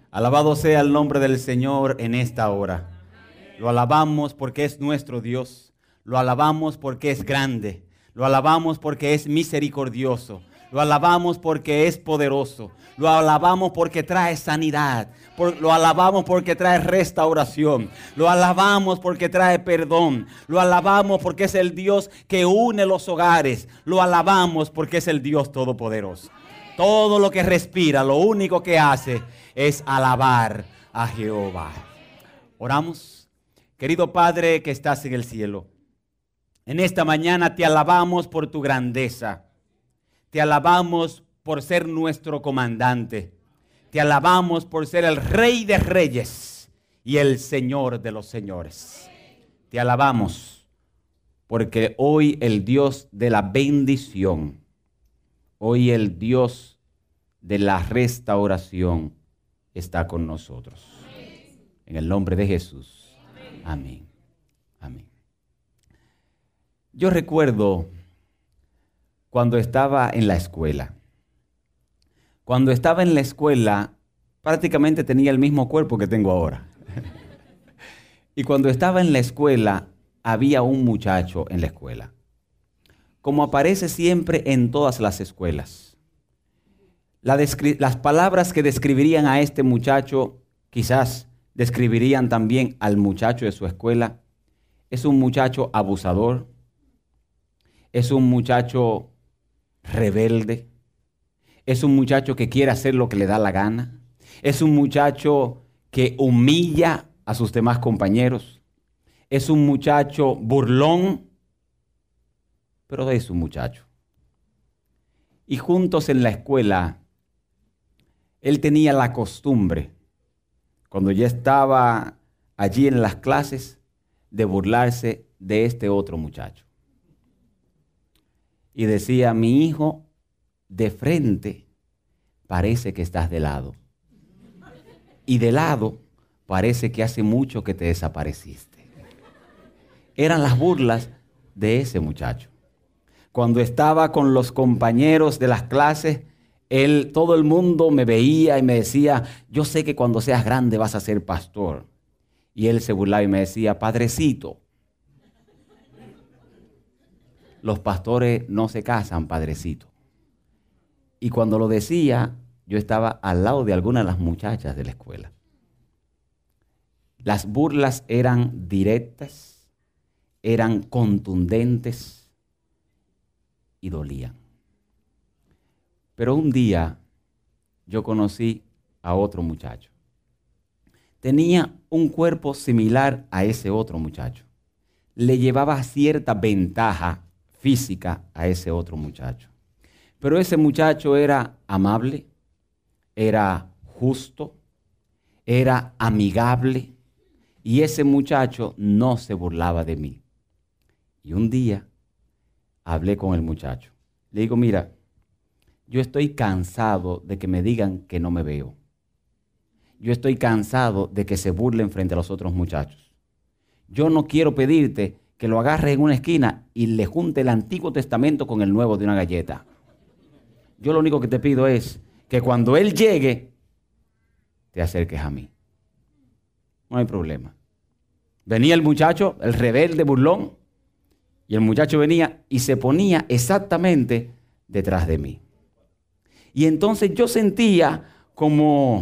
Alabado sea el nombre del Señor en esta hora. Lo alabamos porque es nuestro Dios. Lo alabamos porque es grande. Lo alabamos porque es misericordioso. Lo alabamos porque es poderoso. Lo alabamos porque trae sanidad. Lo alabamos porque trae restauración. Lo alabamos porque trae perdón. Lo alabamos porque es el Dios que une los hogares. Lo alabamos porque es el Dios todopoderoso. Todo lo que respira, lo único que hace es alabar a Jehová. Oramos. Querido Padre que estás en el cielo, en esta mañana te alabamos por tu grandeza. Te alabamos por ser nuestro comandante. Te alabamos por ser el Rey de Reyes y el Señor de los Señores. Te alabamos porque hoy el Dios de la bendición, hoy el Dios de la restauración está con nosotros. En el nombre de Jesús. Amén. Amén. Yo recuerdo cuando estaba en la escuela. Cuando estaba en la escuela, prácticamente tenía el mismo cuerpo que tengo ahora. Y cuando estaba en la escuela, había un muchacho en la escuela. Como aparece siempre en todas las escuelas. Las palabras que describirían a este muchacho, quizás describirían también al muchacho de su escuela. Es un muchacho abusador. Es un muchacho rebelde. Es un muchacho que quiere hacer lo que le da la gana. Es un muchacho que humilla a sus demás compañeros. Es un muchacho burlón, pero es un muchacho. Y juntos en la escuela, él tenía la costumbre, cuando ya estaba allí en las clases, de burlarse de este otro muchacho. Y decía: mi hijo, de frente parece que estás de lado. Y de lado parece que hace mucho que te desapareciste. Eran las burlas de ese muchacho. Cuando estaba con los compañeros de las clases, todo el mundo me veía y me decía: yo sé que cuando seas grande vas a ser pastor. Y él se burlaba y me decía: padrecito. Los pastores no se casan, padrecito. Y cuando lo decía, yo estaba al lado de algunas de las muchachas de la escuela. Las burlas eran directas, eran contundentes y dolían. Pero un día yo conocí a otro muchacho. Tenía un cuerpo similar a ese otro muchacho. Le llevaba cierta ventaja física a ese otro muchacho. Pero ese muchacho era amable, era justo, era amigable, y ese muchacho no se burlaba de mí. Y un día hablé con el muchacho. Le digo: mira, yo estoy cansado de que me digan que no me veo. Yo estoy cansado de que se burlen frente a los otros muchachos. Yo no quiero pedirte que lo agarres en una esquina y le junte el Antiguo Testamento con el Nuevo de una galleta. Yo lo único que te pido es que cuando él llegue, te acerques a mí. No hay problema. Venía el muchacho, el rebelde burlón, y el muchacho venía y se ponía exactamente detrás de mí. Y entonces yo sentía como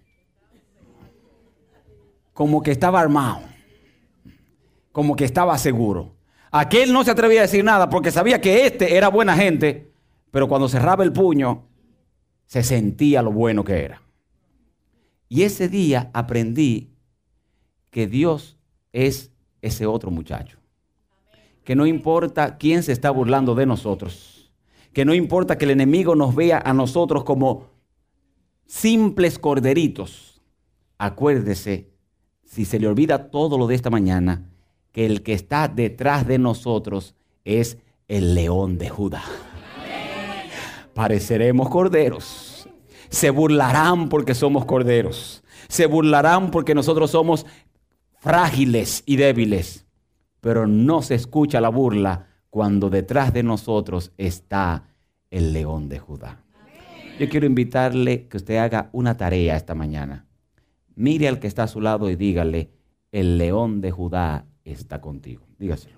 que estaba armado, como que estaba seguro. Aquel no se atrevía a decir nada porque sabía que este era buena gente, pero cuando cerraba el puño se sentía lo bueno que era. Y ese día aprendí que Dios es ese otro muchacho. Que no importa quién se está burlando de nosotros, que no importa que el enemigo nos vea a nosotros como simples corderitos. Acuérdese, si se le olvida todo lo de esta mañana, que el que está detrás de nosotros es el león de Judá. Pareceremos corderos. Se burlarán porque somos corderos. Se burlarán porque nosotros somos frágiles y débiles. Pero no se escucha la burla cuando detrás de nosotros está el león de Judá. Yo quiero invitarle que usted haga una tarea esta mañana. Mire al que está a su lado y dígale, el león de Judá está contigo. Dígaselo.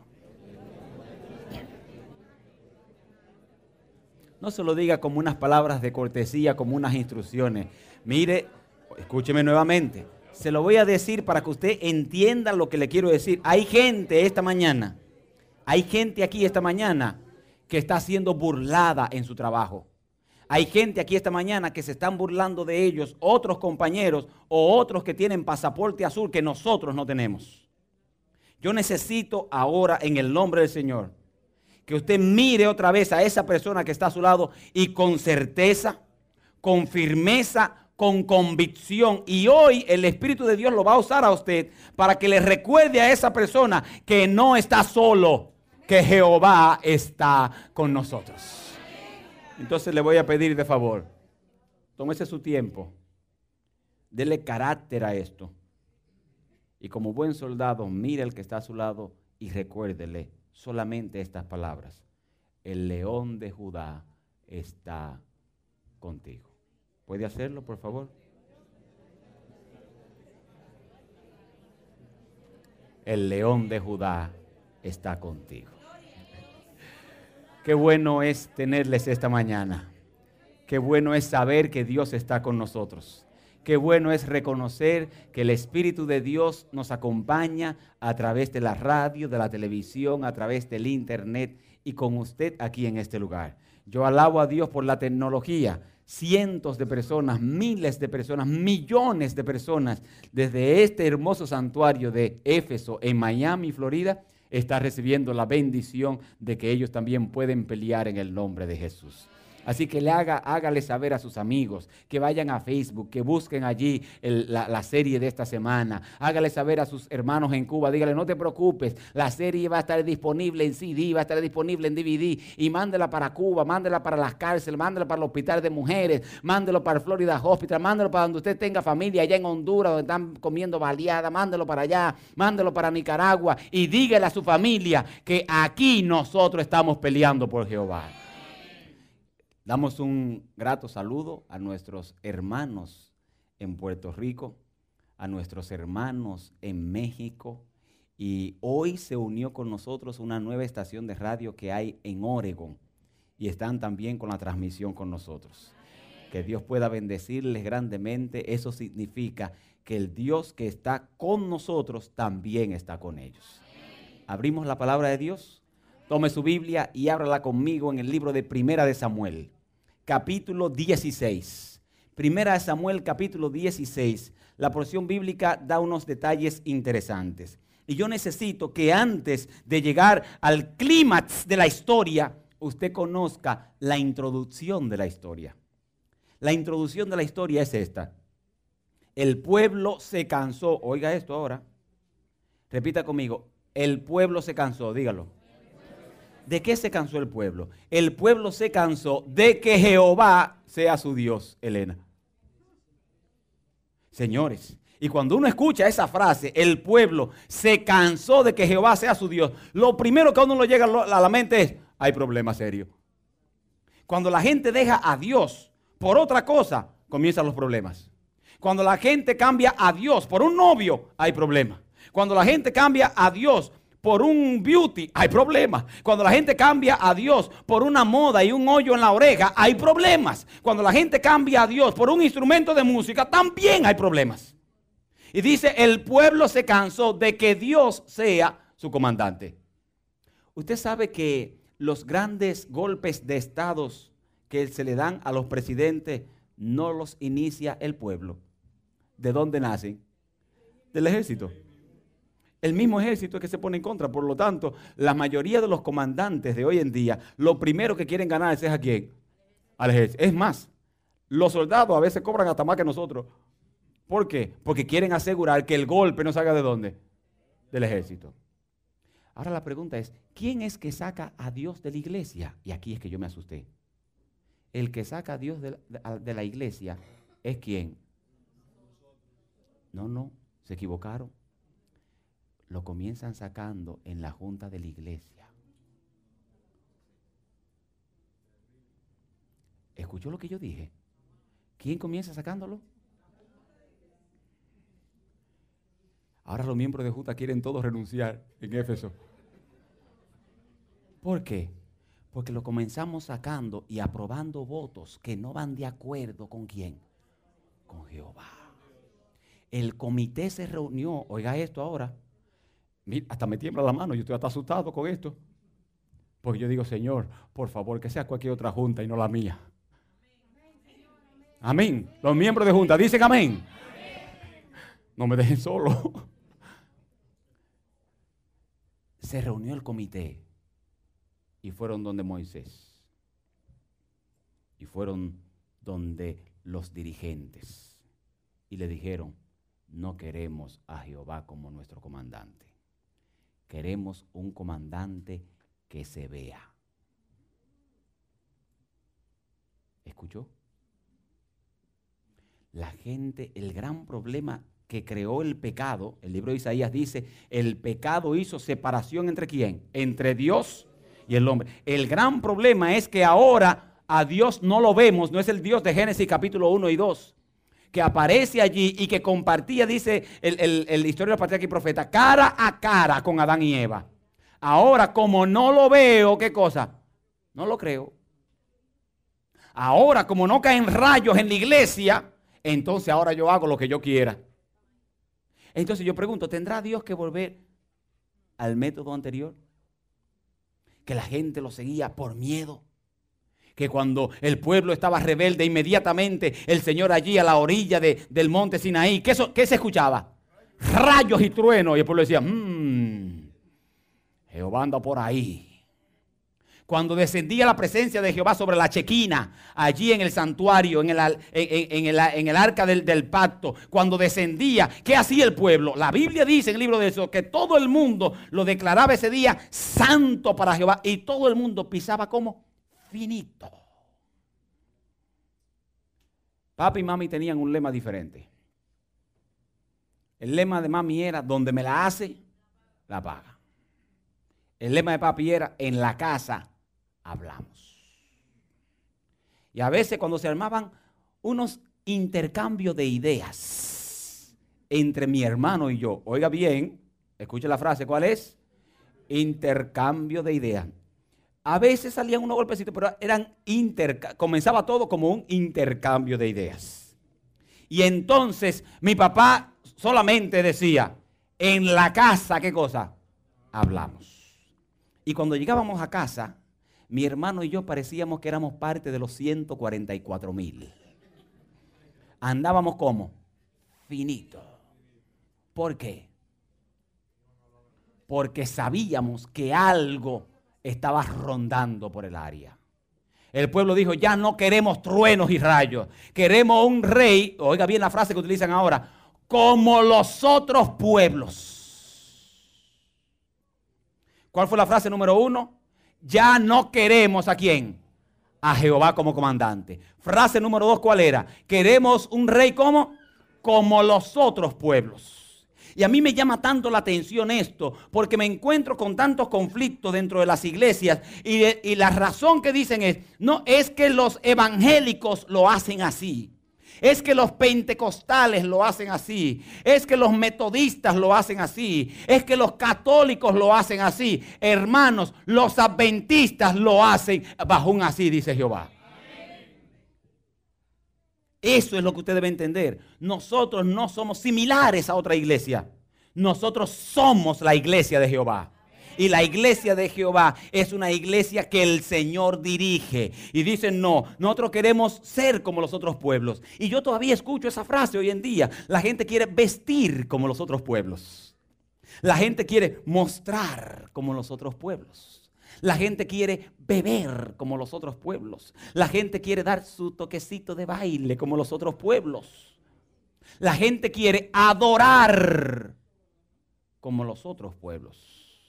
No se lo diga como unas palabras de cortesía, como unas instrucciones. Mire, escúcheme nuevamente. Se lo voy a decir para que usted entienda lo que le quiero decir. Hay gente aquí esta mañana que está siendo burlada en su trabajo. Hay gente aquí esta mañana que se están burlando de ellos, otros compañeros o otros que tienen pasaporte azul que nosotros no tenemos. Yo necesito ahora, en el nombre del Señor, que usted mire otra vez a esa persona que está a su lado y con certeza, con firmeza, con convicción. Y hoy el Espíritu de Dios lo va a usar a usted para que le recuerde a esa persona que no está solo, que Jehová está con nosotros. Entonces le voy a pedir de favor, tómese su tiempo, dele carácter a esto. Y como buen soldado, mire al que está a su lado y recuérdele solamente estas palabras. El león de Judá está contigo. ¿Puede hacerlo, por favor? El león de Judá está contigo. Qué bueno es tenerles esta mañana. Qué bueno es saber que Dios está con nosotros. Qué bueno es reconocer que el Espíritu de Dios nos acompaña a través de la radio, de la televisión, a través del internet y con usted aquí en este lugar. Yo alabo a Dios por la tecnología. Cientos de personas, miles de personas, millones de personas desde este hermoso santuario de Éfeso en Miami, Florida, está recibiendo la bendición de que ellos también pueden pelear en el nombre de Jesús. Así que hágale saber a sus amigos, que vayan a Facebook, que busquen allí la serie de esta semana. Hágale saber a sus hermanos en Cuba, dígale, no te preocupes, la serie va a estar disponible en CD, va a estar disponible en DVD, y mándela para Cuba, mándela para las cárceles, mándela para el hospital de mujeres, mándelo para el Florida Hospital, mándelo para donde usted tenga familia, allá en Honduras, donde están comiendo baleada, mándelo para allá, mándelo para Nicaragua, y dígale a su familia que aquí nosotros estamos peleando por Jehová. Damos un grato saludo a nuestros hermanos en Puerto Rico, a nuestros hermanos en México, y hoy se unió con nosotros una nueva estación de radio que hay en Oregon y están también con la transmisión con nosotros. Que Dios pueda bendecirles grandemente. Eso significa que el Dios que está con nosotros también está con ellos. Abrimos la palabra de Dios. Tome su Biblia y ábrala conmigo en el libro de Primera de Samuel, capítulo 16. Primera de Samuel, capítulo 16. La porción bíblica da unos detalles interesantes. Y yo necesito que antes de llegar al clímax de la historia, usted conozca la introducción de la historia. La introducción de la historia es esta. El pueblo se cansó. Oiga esto ahora. Repita conmigo. El pueblo se cansó. Dígalo. ¿De qué se cansó el pueblo? El pueblo se cansó de que Jehová sea su Dios, Elena. Señores, y cuando uno escucha esa frase, el pueblo se cansó de que Jehová sea su Dios, lo primero que a uno le llega a la mente es, hay problema serio. Cuando la gente deja a Dios por otra cosa, comienzan los problemas. Cuando la gente cambia a Dios por un novio, hay problemas. Cuando la gente cambia a Dios por un beauty, hay problemas. Cuando la gente cambia a Dios por una moda y un hoyo en la oreja, hay problemas. Cuando la gente cambia a Dios por un instrumento de música, también hay problemas. Y dice, el pueblo se cansó de que Dios sea su comandante. Usted sabe que los grandes golpes de estados que se le dan a los presidentes no los inicia el pueblo. ¿De dónde nacen? Del ejército. El mismo ejército es que se pone en contra. Por lo tanto, la mayoría de los comandantes de hoy en día, lo primero que quieren ganar es a quién. Al ejército. Es más, los soldados a veces cobran hasta más que nosotros. ¿Por qué? Porque quieren asegurar que el golpe no salga ¿de dónde? Del ejército. Ahora la pregunta es, ¿quién es que saca a Dios de la iglesia? Y aquí es que yo me asusté. El que saca a Dios de la iglesia es ¿quién? No, se equivocaron. Lo comienzan sacando en la junta de la iglesia. ¿Escuchó lo que yo dije? ¿Quién comienza sacándolo? Ahora los miembros de Junta quieren todos renunciar en Éfeso. ¿Por qué? Porque lo comenzamos sacando y aprobando votos que no van de acuerdo ¿con quién? Con Jehová. El comité se reunió, oiga esto ahora, mira, hasta me tiembla la mano, yo estoy hasta asustado con esto. Porque yo digo, Señor, por favor, que sea cualquier otra junta y no la mía. Amén. Los miembros de junta dicen amén. No me dejen solo. Se reunió el comité y fueron donde Moisés. Y fueron donde los dirigentes. Y le dijeron, no queremos a Jehová como nuestro comandante. Queremos un comandante que se vea. ¿Escuchó? La gente, el gran problema que creó el pecado, el libro de Isaías dice, el pecado hizo separación entre ¿quién? Entre Dios y el hombre. El gran problema es que ahora a Dios no lo vemos, no es el Dios de Génesis capítulo 1 y 2, que aparece allí y que compartía, dice el historiador patriarca y profeta, cara a cara con Adán y Eva. Ahora, como no lo veo, ¿qué cosa? No lo creo. Ahora, como no caen rayos en la iglesia, entonces ahora yo hago lo que yo quiera. Entonces yo pregunto, ¿tendrá Dios que volver al método anterior? Que la gente lo seguía por miedo. Que cuando el pueblo estaba rebelde, inmediatamente el Señor allí a la orilla del monte Sinaí, ¿qué se escuchaba? Rayos y truenos. Y el pueblo decía, Jehová anda por ahí. Cuando descendía la presencia de Jehová sobre la Chequina, allí en el santuario, en el arca del pacto, cuando descendía, ¿qué hacía el pueblo? La Biblia dice en el libro de eso que todo el mundo lo declaraba ese día santo para Jehová y todo el mundo pisaba como finito. Papi y mami tenían un lema diferente. El lema de mami era, donde me la hace, la paga. El lema de papi era, en la casa hablamos. Y a veces cuando se armaban unos intercambios de ideas entre mi hermano y yo, oiga bien, escuche la frase, ¿cuál es? Intercambio de ideas. A veces salían unos golpecitos, pero comenzaba todo como un intercambio de ideas. Y entonces mi papá solamente decía, en la casa, ¿qué cosa? Hablamos. Y cuando llegábamos a casa, mi hermano y yo parecíamos que éramos parte de los 144,000. Andábamos como finito. ¿Por qué? Porque sabíamos que algo estaba rondando por el área. El pueblo dijo, ya no queremos truenos y rayos. Queremos un rey, oiga bien la frase que utilizan ahora, como los otros pueblos. ¿Cuál fue la frase número 1? Ya no queremos ¿a quién? A Jehová como comandante. Frase número 2, ¿cuál era? Queremos un rey como los otros pueblos. Y a mí me llama tanto la atención esto, porque me encuentro con tantos conflictos dentro de las iglesias y la razón que dicen no es que los evangélicos lo hacen así. Es que los pentecostales lo hacen así. Es que los metodistas lo hacen así. Es que los católicos lo hacen así. Hermanos, los adventistas lo hacen bajo un así, dice Jehová. Eso es lo que usted debe entender. Nosotros no somos similares a otra iglesia. Nosotros somos la iglesia de Jehová. Y la iglesia de Jehová es una iglesia que el Señor dirige. Y dicen, no, nosotros queremos ser como los otros pueblos. Y yo todavía escucho esa frase hoy en día. La gente quiere vestir como los otros pueblos. La gente quiere mostrar como los otros pueblos. La gente quiere beber como los otros pueblos. La gente quiere dar su toquecito de baile como los otros pueblos. La gente quiere adorar como los otros pueblos.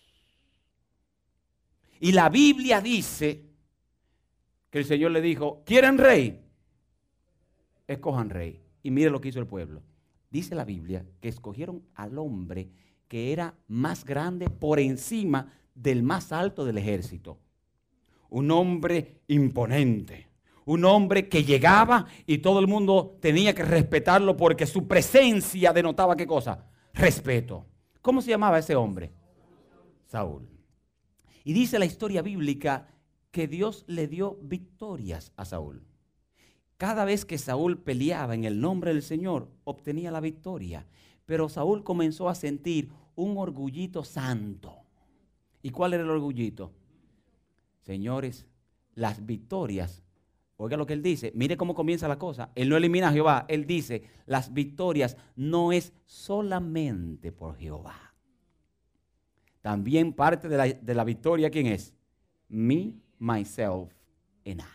Y la Biblia dice que el Señor le dijo, ¿quieren rey? Escojan rey. Y mire lo que hizo el pueblo. Dice la Biblia que escogieron al hombre que era más grande por encima del más alto del ejército. Un hombre imponente. Un hombre que llegaba y todo el mundo tenía que respetarlo porque su presencia denotaba ¿qué cosa? Respeto. ¿Cómo se llamaba ese hombre? Saúl. Y dice la historia bíblica que Dios le dio victorias a Saúl. Cada vez que Saúl peleaba en el nombre del Señor, obtenía la victoria. Pero Saúl comenzó a sentir un orgullito santo. ¿Y cuál era el orgullito? Señores, las victorias, oiga lo que él dice, mire cómo comienza la cosa. Él no elimina a Jehová, él dice, las victorias no es solamente por Jehová. También parte de la victoria, ¿quién es? Me, myself, and I.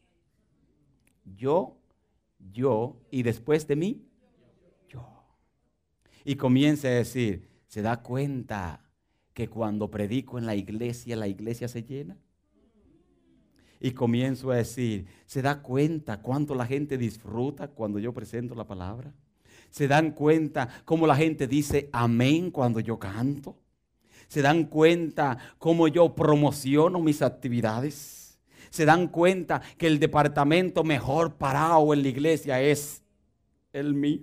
Yo, y después de mí, yo. Y comienza a decir, ¿se da cuenta que cuando predico en la iglesia se llena? Y comienzo a decir, ¿se da cuenta cuánto la gente disfruta cuando yo presento la palabra? ¿Se dan cuenta cómo la gente dice amén cuando yo canto? ¿Se dan cuenta cómo yo promociono mis actividades? ¿Se dan cuenta que el departamento mejor parado en la iglesia es el mío?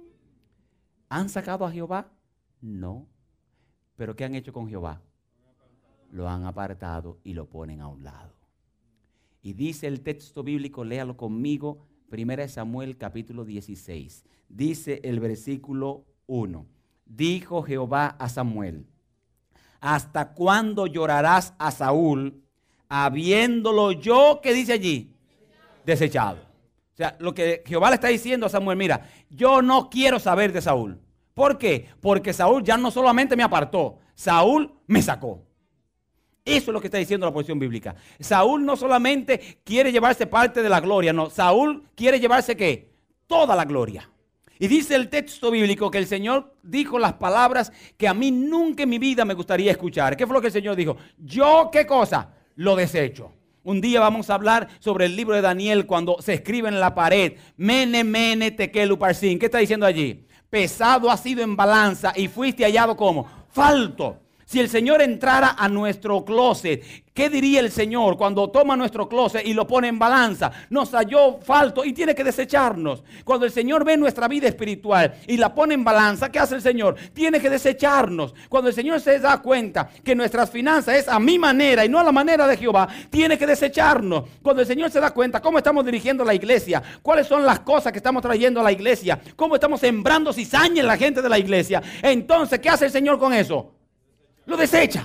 ¿Han sacado a Jehová? No. ¿Pero qué han hecho con Jehová? Lo han apartado y lo ponen a un lado. Y dice el texto bíblico, léalo conmigo, 1 Samuel capítulo 16. Dice el versículo 1. Dijo Jehová a Samuel, ¿hasta cuándo llorarás a Saúl, habiéndolo yo, ¿qué dice allí? Desechado. O sea, lo que Jehová le está diciendo a Samuel, mira, yo no quiero saber de Saúl. ¿Por qué? Porque Saúl ya no solamente me apartó, Saúl me sacó. Eso es lo que está diciendo la posición bíblica. Saúl no solamente quiere llevarse parte de la gloria, no, Saúl quiere llevarse ¿qué? Toda la gloria. Y dice el texto bíblico que el Señor dijo las palabras que a mí nunca en mi vida me gustaría escuchar. ¿Qué fue lo que el Señor dijo? Yo, ¿qué cosa? Lo desecho. Un día vamos a hablar sobre el libro de Daniel cuando se escribe en la pared, Mene, Mene, Tekel, Uparsin. ¿Qué está diciendo allí? Pesado ha sido en balanza y fuiste hallado como falto. Si el Señor entrara a nuestro closet, ¿qué diría el Señor cuando toma nuestro closet y lo pone en balanza? Nos halló falto y tiene que desecharnos. Cuando el Señor ve nuestra vida espiritual y la pone en balanza, ¿qué hace el Señor? Tiene que desecharnos. Cuando el Señor se da cuenta que nuestras finanzas es a mi manera y no a la manera de Jehová, tiene que desecharnos. Cuando el Señor se da cuenta cómo estamos dirigiendo la iglesia, cuáles son las cosas que estamos trayendo a la iglesia, cómo estamos sembrando cizaña en la gente de la iglesia, entonces, ¿qué hace el Señor con eso? Lo desecha.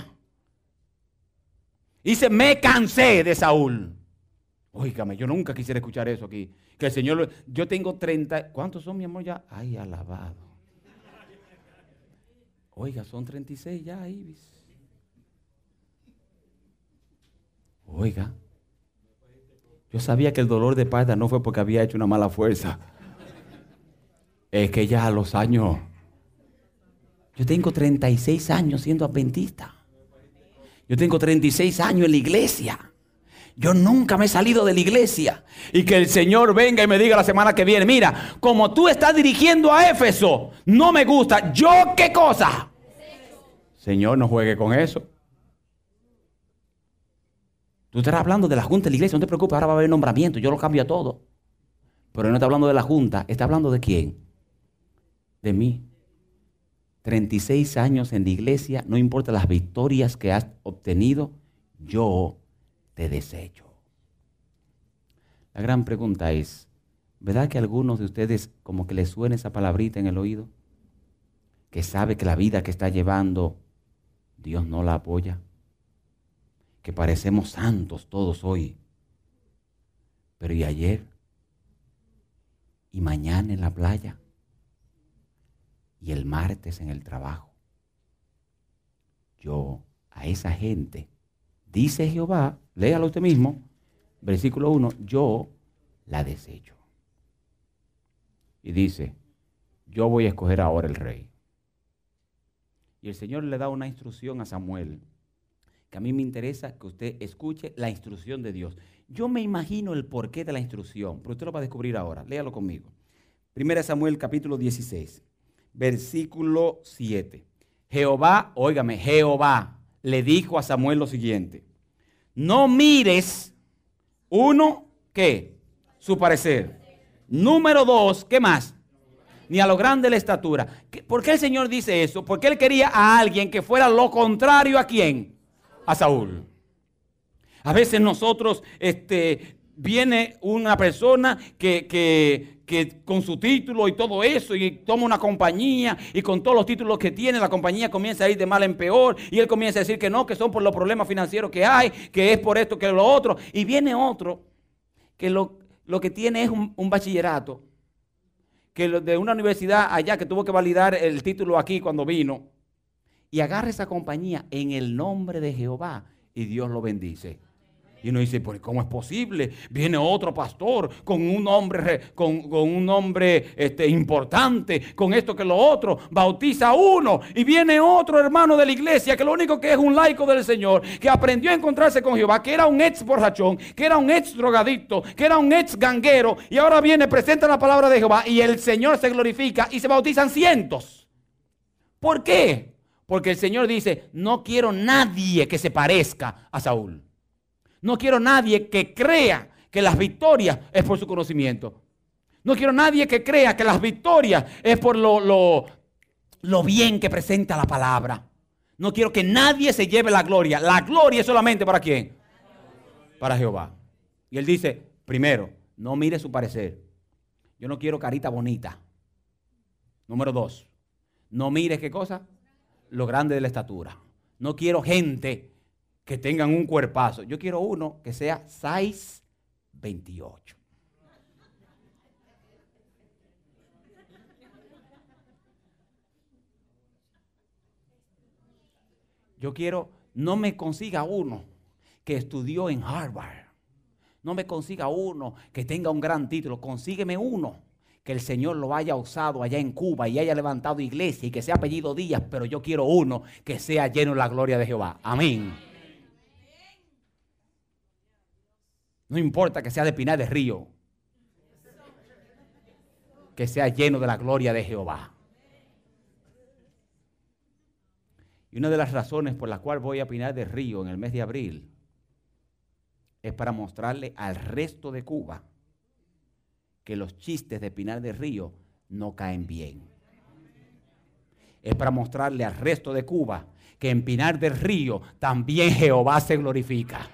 Dice, me cansé de Saúl. Óigame, yo nunca quisiera escuchar eso aquí. Que el Señor, yo tengo 30, ¿cuántos son, mi amor, ya? Ay, alabado. Oiga, son 36 ya, Ibis. Oiga, yo sabía que el dolor de parda no fue porque había hecho una mala fuerza. Es que ya a los años... Yo tengo 36 años siendo adventista. Yo tengo 36 años en la iglesia. Yo nunca me he salido de la iglesia. Y que el Señor venga y me diga la semana que viene, mira, como tú estás dirigiendo a Éfeso, no me gusta. ¿Yo qué cosa? Señor, no juegue con eso. Tú estás hablando de la junta de la iglesia, no te preocupes, ahora va a haber nombramiento, yo lo cambio a todo. Pero él no está hablando de la junta, está hablando de quién. De mí. 36 años en la iglesia, no importa las victorias que has obtenido, yo te desecho. La gran pregunta es, ¿verdad que a algunos de ustedes como que les suena esa palabrita en el oído? Que sabe que la vida que está llevando, Dios no la apoya. Que parecemos santos todos hoy. Pero ¿y ayer? ¿Y mañana en la playa? Y el martes en el trabajo. Yo a esa gente, dice Jehová, léalo usted mismo, versículo 1, yo la desecho. Y dice, yo voy a escoger ahora el rey. Y el Señor le da una instrucción a Samuel, que a mí me interesa que usted escuche la instrucción de Dios. Yo me imagino el porqué de la instrucción, pero usted lo va a descubrir ahora. Léalo conmigo. 1 Samuel capítulo 16. Versículo 7. Jehová, óigame, Jehová le dijo a Samuel lo siguiente. No mires, uno, ¿qué? Su parecer. Número 2, ¿qué más? ni a lo grande de la estatura. ¿Por qué el Señor dice eso? Porque Él quería a alguien que fuera lo contrario a ¿quién? A Saúl. A veces nosotros, viene una persona que con su título y todo eso, y toma una compañía, y con todos los títulos que tiene, la compañía comienza a ir de mal en peor, y él comienza a decir que no, que son por los problemas financieros que hay, que es por esto, que lo otro. Y viene otro que lo que tiene es un bachillerato, que de una universidad allá que tuvo que validar el título aquí cuando vino, y agarra esa compañía en el nombre de Jehová y Dios lo bendice. Y uno dice, pues ¿cómo es posible? Viene otro pastor con un nombre, importante, con esto que lo otro, bautiza a uno, y viene otro hermano de la iglesia que lo único que es un laico del Señor, que aprendió a encontrarse con Jehová, que era un ex borrachón, que era un ex drogadicto, que era un ex ganguero, y ahora viene, presenta la palabra de Jehová y el Señor se glorifica y se bautizan cientos. ¿Por qué? Porque el Señor dice, no quiero nadie que se parezca a Saúl. No quiero nadie que crea que las victorias es por su conocimiento. No quiero nadie que crea que las victorias es por lo bien que presenta la palabra. No quiero que nadie se lleve la gloria. La gloria es solamente ¿para quién? Para Jehová. Y él dice, primero, no mire su parecer. Yo no quiero carita bonita. Número 2, no mire ¿qué cosa? Lo grande de la estatura. No quiero gente que tengan un cuerpazo. Yo quiero uno que sea size 28. Yo quiero, no me consiga uno que estudió en Harvard. No me consiga uno que tenga un gran título. Consígueme uno que el Señor lo haya usado allá en Cuba y haya levantado iglesia y que sea apellido Díaz, pero yo quiero uno que sea lleno de la gloria de Jehová. Amén. No importa que sea de Pinar del Río, que sea lleno de la gloria de Jehová. Y una de las razones por las cuales voy a Pinar del Río en el mes de abril es para mostrarle al resto de Cuba que los chistes de Pinar del Río no caen bien. Es para mostrarle al resto de Cuba que en Pinar del Río también Jehová se glorifica.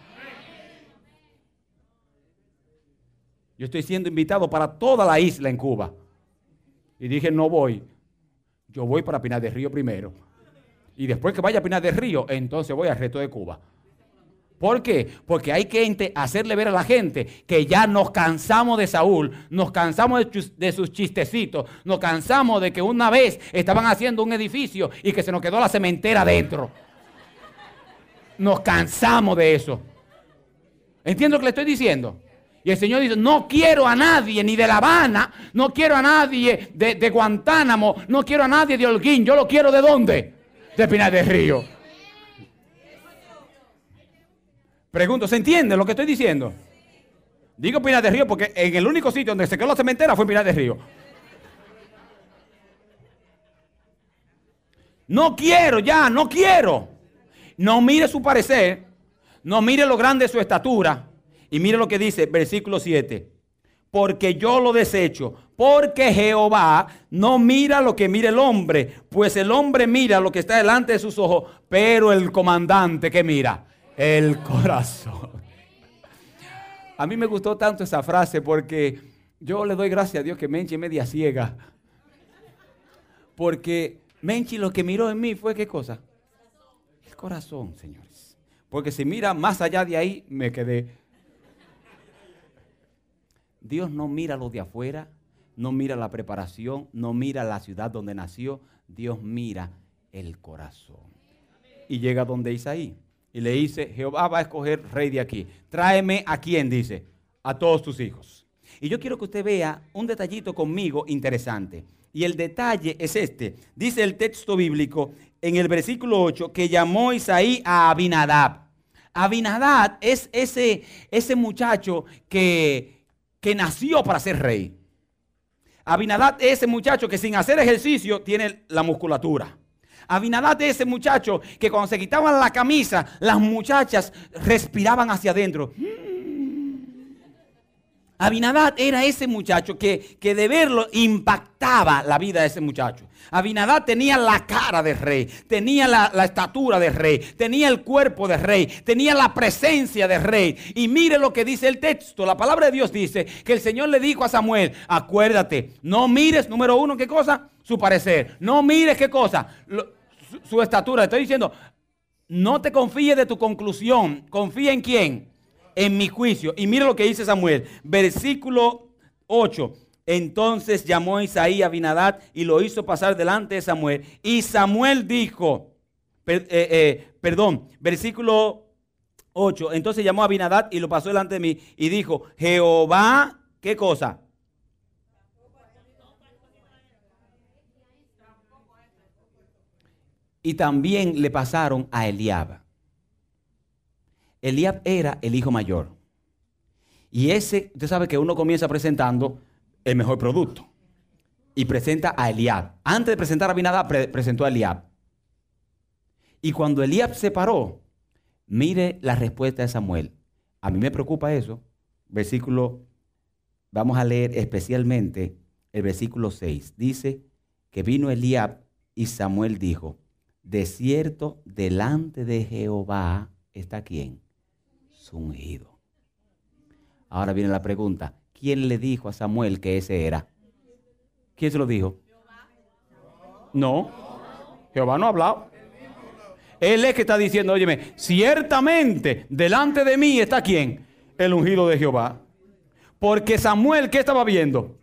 Yo estoy siendo invitado para toda la isla en Cuba. Y dije, no voy. Yo voy para Pinar del Río primero. Y después que vaya a Pinar del Río, entonces voy al resto de Cuba. ¿Por qué? Porque hay que hacerle ver a la gente que ya nos cansamos de Saúl, nos cansamos de sus chistecitos, nos cansamos de que una vez estaban haciendo un edificio y que se nos quedó la cementera dentro. Nos cansamos de eso. ¿Entiendo lo que le estoy diciendo? Y el Señor dice, no quiero a nadie ni de La Habana, no quiero a nadie de Guantánamo, no quiero a nadie de Holguín. ¿Yo lo quiero de dónde? De Pinar del Río. Pregunto, ¿se entiende lo que estoy diciendo? Digo Pinar del Río porque en el único sitio donde se quedó la cementera fue en Pinar del Río. No quiero ya, no quiero. No mire su parecer, no mire lo grande de su estatura. Y mire lo que dice, versículo 7. Porque yo lo desecho, porque Jehová no mira lo que mira el hombre, pues el hombre mira lo que está delante de sus ojos, pero el comandante, ¿qué mira? El corazón. A mí me gustó tanto esa frase porque yo le doy gracias a Dios que Menchi es media ciega. Porque Menchi lo que miró en mí fue ¿qué cosa? El corazón, señores. Porque si mira más allá de ahí, me quedé. Dios no mira lo de afuera, no mira la preparación, no mira la ciudad donde nació. Dios mira el corazón. Y llega donde Isaí y le dice, Jehová va a escoger rey de aquí. Tráeme a quién, dice, a todos tus hijos. Y yo quiero que usted vea un detallito conmigo interesante. Y el detalle es este. Dice el texto bíblico en el versículo 8 que llamó Isaí a Abinadab. Abinadab es ese muchacho que nació para ser rey. Abinadab es ese muchacho que sin hacer ejercicio tiene la musculatura. Abinadab es ese muchacho que cuando se quitaban la camisa, las muchachas respiraban hacia adentro. Abinadab era ese muchacho que de verlo impactaba la vida de ese muchacho. Abinadab tenía la cara de rey, tenía la estatura de rey, tenía el cuerpo de rey, tenía la presencia de rey. Y mire lo que dice el texto. La palabra de Dios dice que el Señor le dijo a Samuel, acuérdate, no mires, número uno, ¿qué cosa? Su parecer. No mires, ¿qué cosa? Su estatura. Estoy diciendo, no te confíes de tu conclusión. Confía en quién. En mi juicio. Y mira lo que dice Samuel, versículo 8. Entonces llamó Isaí a Abinadab y lo hizo pasar delante de Samuel. Y Samuel dijo, versículo 8. Entonces llamó a Abinadab y lo pasó delante de mí y dijo, Jehová, ¿qué cosa? Y también le pasaron a Eliab. Eliab era el hijo mayor. Y ese, usted sabe que uno comienza presentando el mejor producto. Y presenta a Eliab. Antes de presentar a Abinadab, presentó a Eliab. Y cuando Eliab se paró, mire la respuesta de Samuel. A mí me preocupa eso. Versículo, vamos a leer especialmente el versículo 6. Dice que vino Eliab y Samuel dijo, de cierto, delante de Jehová está ¿quién? Su ungido. Ahora viene la pregunta, ¿quién le dijo a Samuel que ese era? ¿Quién se lo dijo? No, Jehová no ha hablado. Él es que está diciendo, óyeme, ciertamente delante de mí está ¿quién? El ungido de Jehová. Porque Samuel, ¿qué estaba viendo?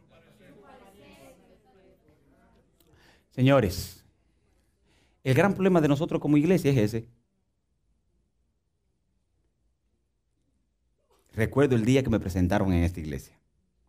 Señores, el gran problema de nosotros como iglesia es ese. Recuerdo el día que me presentaron en esta iglesia.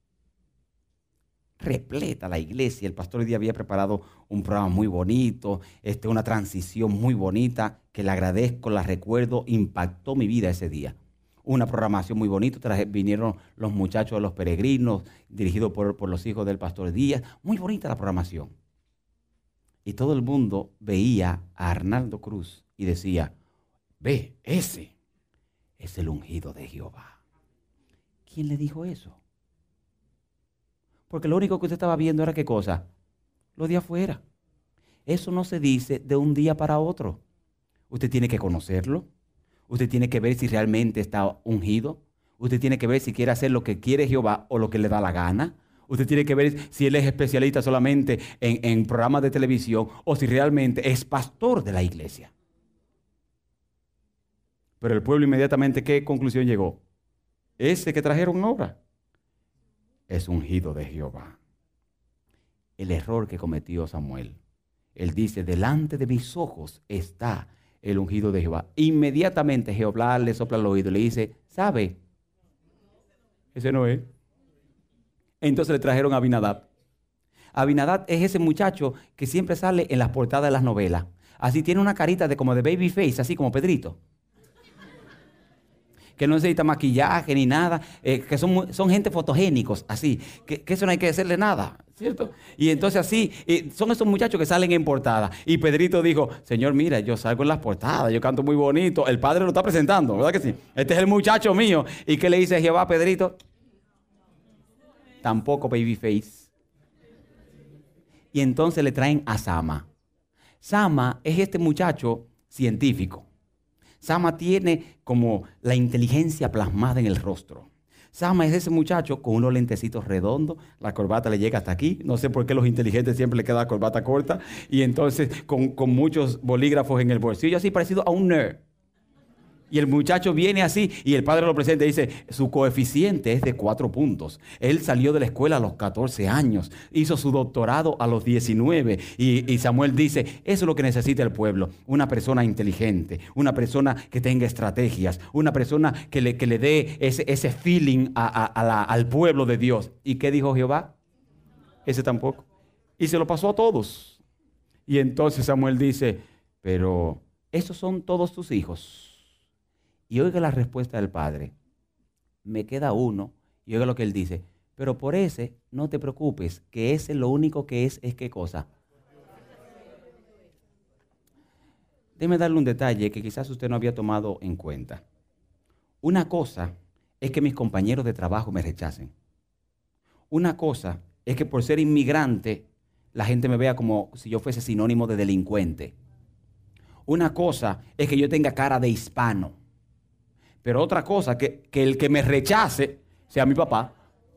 Repleta la iglesia. El pastor hoy día había preparado un programa muy bonito, una transición muy bonita, que le agradezco, la recuerdo, impactó mi vida ese día. Una programación muy bonita, vinieron los muchachos de los peregrinos, dirigidos por los hijos del pastor Díaz. Muy bonita la programación. Y todo el mundo veía a Arnaldo Cruz y decía, ve, ese es el ungido de Jehová. ¿Quién le dijo eso? Porque lo único que usted estaba viendo era ¿qué cosa? Lo de afuera. Eso no se dice de un día para otro. Usted tiene que conocerlo. Usted tiene que ver si realmente está ungido. Usted tiene que ver si quiere hacer lo que quiere Jehová o lo que le da la gana. Usted tiene que ver si él es especialista solamente en programas de televisión o si realmente es pastor de la iglesia. Pero el pueblo inmediatamente, ¿qué conclusión llegó? Ese que trajeron ahora es ungido de Jehová. El error que cometió Samuel. Él dice, delante de mis ojos está el ungido de Jehová. Inmediatamente Jehová le sopla el oído y le dice, ¿sabe? Ese no es. Entonces le trajeron a Abinadab. Abinadab es ese muchacho que siempre sale en las portadas de las novelas. Así tiene una carita de como de baby face, así como Pedrito. Que no necesita maquillaje ni nada, que son gente fotogénicos, así, que eso no hay que hacerle nada, ¿cierto? Y entonces así, son esos muchachos que salen en portada. Y Pedrito dijo, Señor, mira, yo salgo en las portadas, yo canto muy bonito, el Padre lo está presentando, ¿verdad que sí? Este es el muchacho mío. ¿Y qué le dice Jehová a Pedrito? Tampoco babyface. Y entonces le traen a Sama. Sama es este muchacho científico. Sama tiene como la inteligencia plasmada en el rostro. Sama es ese muchacho con unos lentecitos redondos, la corbata le llega hasta aquí. No sé por qué los inteligentes siempre le queda la corbata corta. Y entonces con muchos bolígrafos en el bolsillo, así parecido a un nerd. Y el muchacho viene así y el padre lo presenta y dice, su coeficiente es de 4 puntos. Él salió de la escuela a los 14 años, hizo su doctorado a los 19. Y Samuel dice, eso es lo que necesita el pueblo, una persona inteligente, una persona que tenga estrategias, una persona que le dé ese feeling al pueblo de Dios. ¿Y qué dijo Jehová? Ese tampoco. Y se lo pasó a todos. Y entonces Samuel dice, pero esos son todos tus hijos. Y oiga la respuesta del padre. Me queda uno. Y oiga lo que él dice. Pero por ese no te preocupes, que ese lo único que es ¿qué cosa? Déjeme darle un detalle que quizás usted no había tomado en cuenta. Una cosa es que mis compañeros de trabajo me rechacen. Una cosa es que por ser inmigrante, la gente me vea como si yo fuese sinónimo de delincuente. Una cosa es que yo tenga cara de hispano. Pero otra cosa, que el que me rechace sea mi papá.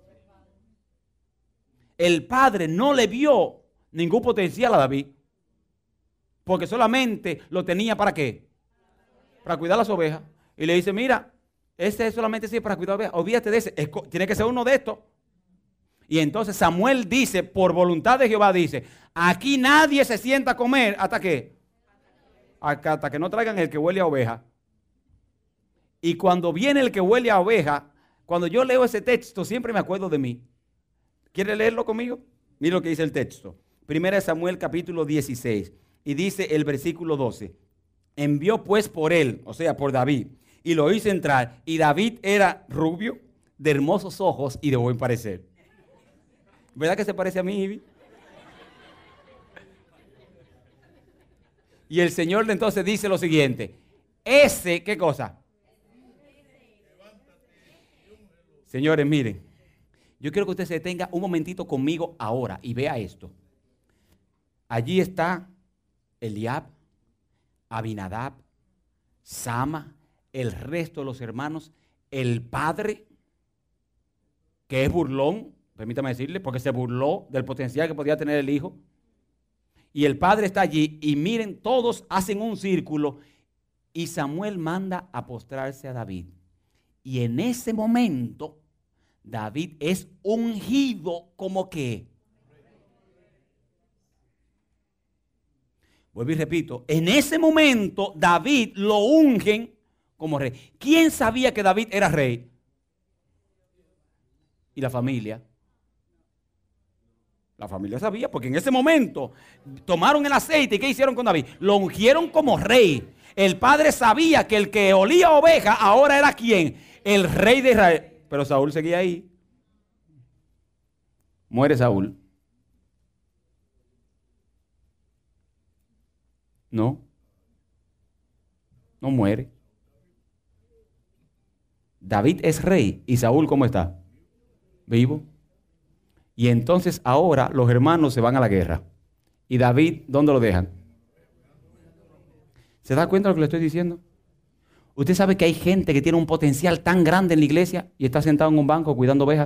El padre no le vio ningún potencial a David. Porque solamente lo tenía ¿para qué? Para cuidar las ovejas. Y le dice, mira, ese solamente sirve para cuidar ovejas. Olvídate de ese. Tiene que ser uno de estos. Y entonces Samuel dice, por voluntad de Jehová, dice, aquí nadie se sienta a comer. ¿Hasta qué? Hasta que no traigan el que huele a oveja. Y cuando viene el que huele a oveja, cuando yo leo ese texto, siempre me acuerdo de mí. ¿Quiere leerlo conmigo? Mira lo que dice el texto. Primera de Samuel, capítulo 16. Y dice el versículo 12. Envió pues por él, o sea, por David, y lo hizo entrar. Y David era rubio, de hermosos ojos y de buen parecer. ¿Verdad que se parece a mí, Ivy? Y el Señor entonces dice lo siguiente. Ese, ¿qué cosa? Señores, miren. Yo quiero que usted se detenga un momentito conmigo ahora y vea esto. Allí está Eliab, Abinadab, Sama, el resto de los hermanos, el padre, que es burlón, permítame decirle, porque se burló del potencial que podía tener el hijo. Y el padre está allí y miren, todos hacen un círculo y Samuel manda a postrarse a David. Y en ese momento, David es ungido como que. Vuelvo y repito, en ese momento David lo ungen como rey. ¿Quién sabía que David era rey? Y la familia. La familia sabía, porque en ese momento tomaron el aceite y ¿qué hicieron con David? Lo ungieron como rey. El padre sabía que el que olía oveja ahora era ¿quién? El rey de Israel. Pero Saúl seguía ahí. Muere Saúl. No. No muere. David es rey. ¿Y Saúl cómo está? Vivo. Y entonces ahora los hermanos se van a la guerra. ¿Y David dónde lo dejan? ¿Se da cuenta de lo que le estoy diciendo? Usted sabe que hay gente que tiene un potencial tan grande en la iglesia y está sentado en un banco cuidando ovejas.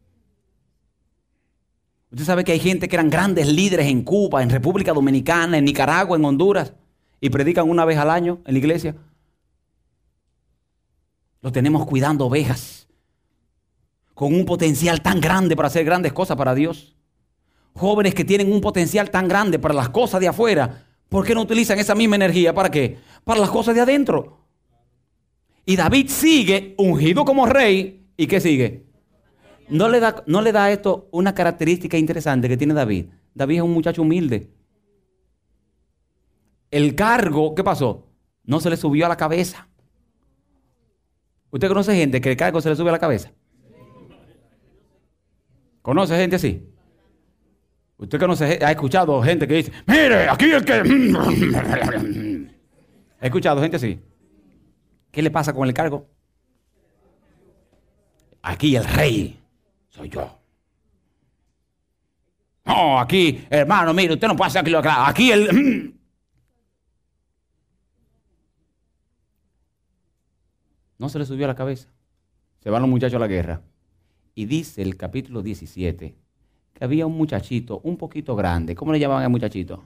Usted sabe que hay gente que eran grandes líderes en Cuba, en República Dominicana, en Nicaragua, en Honduras y predican una vez al año en la iglesia. Lo tenemos cuidando ovejas con un potencial tan grande para hacer grandes cosas para Dios. Jóvenes que tienen un potencial tan grande para las cosas de afuera, ¿por qué no utilizan esa misma energía? ¿Para qué? Para las cosas de adentro. Y David sigue ungido como rey. ¿Y qué sigue? ¿No le da esto una característica interesante que tiene David? David es un muchacho humilde. El cargo, ¿qué pasó? No se le subió a la cabeza. ¿Usted conoce gente que el cargo se le sube a la cabeza? ¿Conoce gente así? ¿Usted conoce, ha escuchado gente que dice, mire, aquí el que... ¿Ha escuchado gente así? ¿Qué le pasa con el cargo? Aquí el rey soy yo. No, aquí, hermano, mire, usted no puede hacer aquí lo que... Aquí el... No se le subió a la cabeza. Se van los muchachos a la guerra. Y dice el capítulo 17 que había un muchachito un poquito grande. ¿Cómo le llamaban al muchachito?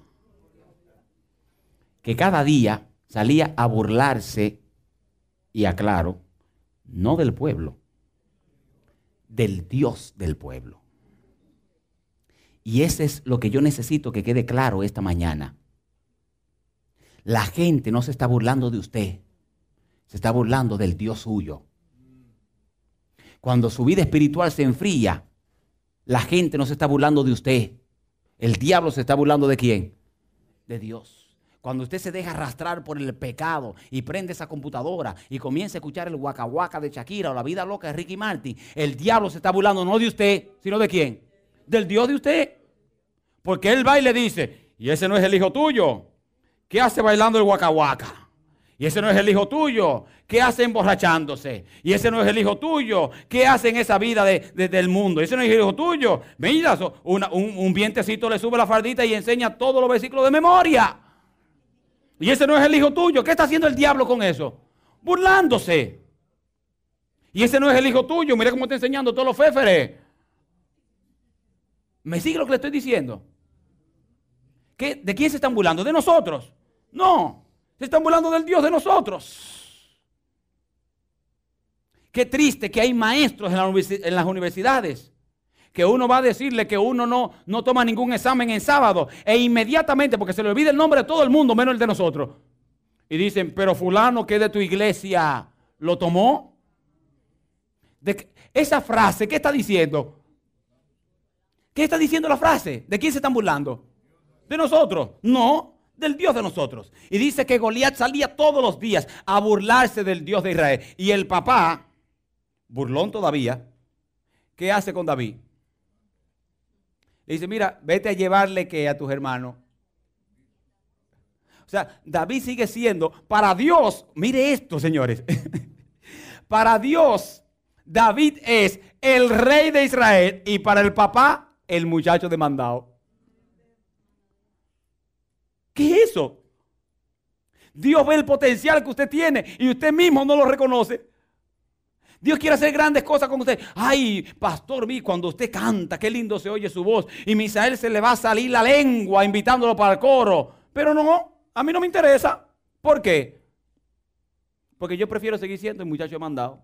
Que cada día salía a burlarse, y aclaro, no del pueblo, del Dios del pueblo. Y ese es lo que yo necesito que quede claro esta mañana. La gente no se está burlando de usted, se está burlando del Dios suyo. Cuando su vida espiritual se enfría, la gente no se está burlando de usted. El diablo se está burlando ¿de quién? De Dios. Cuando usted se deja arrastrar por el pecado y prende esa computadora y comienza a escuchar el Waka Waka de Shakira o la vida loca de Ricky Martin, el diablo se está burlando no de usted, sino ¿de quién? Del Dios de usted. Porque él va y le dice, y ese no es el hijo tuyo. ¿Qué hace bailando el Waka Waka? Y ese no es el hijo tuyo. ¿Qué hace emborrachándose? Y ese no es el hijo tuyo. ¿Qué hace en esa vida del mundo? Ese no es el hijo tuyo. Mira, un vientecito le sube la faldita y enseña todos los versículos de memoria. Y ese no es el hijo tuyo. ¿Qué está haciendo el diablo con eso? Burlándose. Y ese no es el hijo tuyo. Mira cómo está enseñando todos los féferes. ¿Me sigue lo que le estoy diciendo? ¿De quién se están burlando? ¿De nosotros? No. Se están burlando del Dios de nosotros. Qué triste que hay maestros en las universidades que uno va a decirle que uno no toma ningún examen en sábado e inmediatamente, porque se le olvida el nombre de todo el mundo menos el de nosotros, y dicen, pero fulano que es de tu iglesia lo tomó. Esa frase, ¿qué está diciendo? ¿Qué está diciendo la frase? ¿De quién se están burlando? ¿De nosotros? No, del Dios de nosotros. Y dice que Goliat salía todos los días a burlarse del Dios de Israel. Y el papá, burlón todavía, ¿qué hace con David? Le dice, mira, vete a llevarle que a tus hermanos. O sea, David sigue siendo, para Dios, mire esto, señores. Para Dios, David es el rey de Israel y para el papá, el muchacho demandado. ¿Qué es eso? Dios ve el potencial que usted tiene y usted mismo no lo reconoce. Dios quiere hacer grandes cosas con usted. Ay, pastor, vi cuando usted canta, qué lindo se oye su voz. Y Misael se le va a salir la lengua invitándolo para el coro. Pero no, a mí no me interesa. ¿Por qué? Porque yo prefiero seguir siendo el muchacho mandado.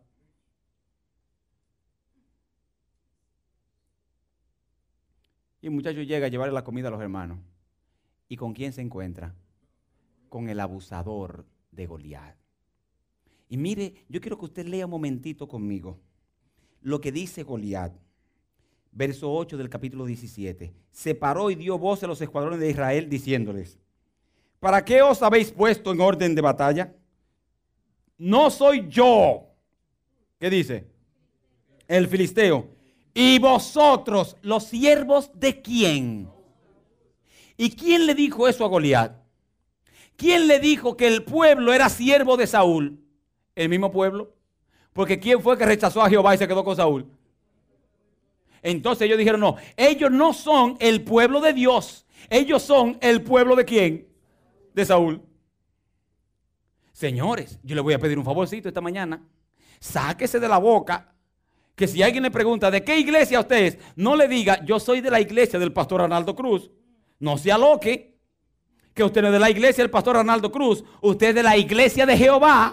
Y el muchacho llega a llevarle la comida a los hermanos. ¿Y con quién se encuentra? Con el abusador de Goliat. Y mire, yo quiero que usted lea un momentito conmigo lo que dice Goliat. Verso 8 del capítulo 17. Se paró y dio voz a los escuadrones de Israel diciéndoles, ¿para qué os habéis puesto en orden de batalla? No soy yo. ¿Qué dice? El filisteo. ¿Y vosotros, los siervos de quién? ¿Y quién le dijo eso a Goliat? ¿Quién le dijo que el pueblo era siervo de Saúl? ¿El mismo pueblo? Porque ¿quién fue que rechazó a Jehová y se quedó con Saúl? Entonces ellos dijeron, no, ellos no son el pueblo de Dios. Ellos son el pueblo de ¿quién? De Saúl. Señores, yo les voy a pedir un favorcito esta mañana. Sáquese de la boca que si alguien le pregunta, ¿de qué iglesia usted es? No le diga, yo soy de la iglesia del pastor Arnaldo Cruz. No se aloque, que usted no es de la iglesia del pastor Arnaldo Cruz. Usted es de la iglesia de Jehová.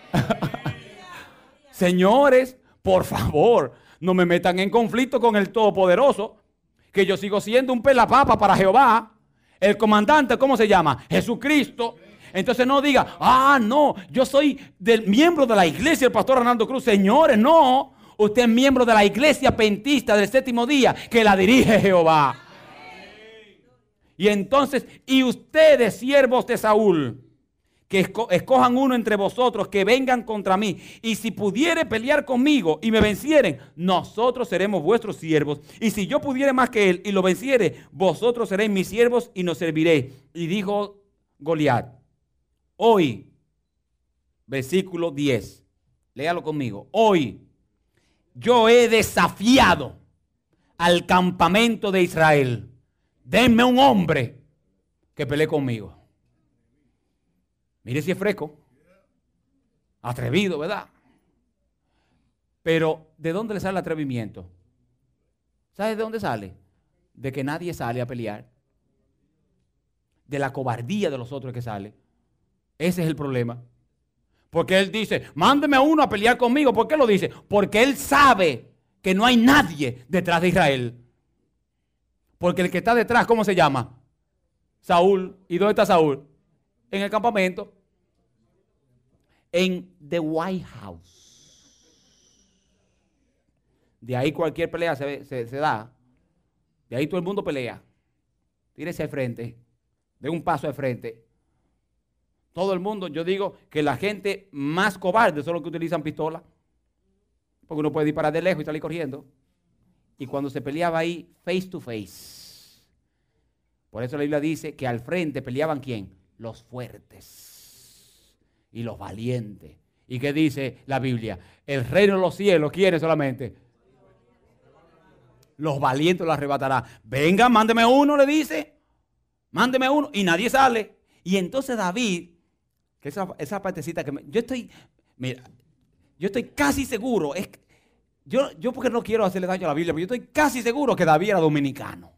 Señores, por favor, no me metan en conflicto con el Todopoderoso, que yo sigo siendo un pelapapa para Jehová. El comandante, ¿cómo se llama? Jesucristo. Entonces no diga, no, yo soy miembro de la iglesia del pastor Arnaldo Cruz. Señores, no, usted es miembro de la iglesia pentista del séptimo día que la dirige Jehová. Y entonces, y ustedes, siervos de Saúl, que escojan uno entre vosotros, que vengan contra mí. Y si pudiere pelear conmigo y me vencieren, nosotros seremos vuestros siervos. Y si yo pudiere más que él y lo venciere, vosotros seréis mis siervos y nos serviréis. Y dijo Goliat, hoy, versículo 10, léalo conmigo. Hoy yo he desafiado al campamento de Israel. Denme un hombre que pelee conmigo. Mire si es fresco. Atrevido, ¿verdad? Pero, ¿de dónde le sale el atrevimiento? ¿Sabe de dónde sale? De que nadie sale a pelear. De la cobardía de los otros que sale. Ese es el problema. Porque él dice, mándeme a uno a pelear conmigo. ¿Por qué lo dice? Porque él sabe que no hay nadie detrás de Israel. Porque el que está detrás, ¿cómo se llama? Saúl. ¿Y dónde está Saúl? En el campamento. En the White House. De ahí cualquier pelea se da. De ahí todo el mundo pelea. Tírese al frente. De un paso al frente. Todo el mundo, yo digo que la gente más cobarde son los que utilizan pistola. Porque uno puede disparar de lejos y salir corriendo. Y cuando se peleaba ahí, face to face. Por eso la Biblia dice que al frente peleaban ¿quién? Los fuertes. y los valientes. ¿Y qué dice la Biblia? El reino de los cielos, ¿quiénes solamente? Los valientes lo arrebatará. Venga, mándeme uno, le dice. Mándeme uno. Y nadie sale. Y entonces David, que esa partecita que yo estoy casi seguro, yo porque no quiero hacerle daño a la Biblia, pero yo estoy casi seguro que David era dominicano.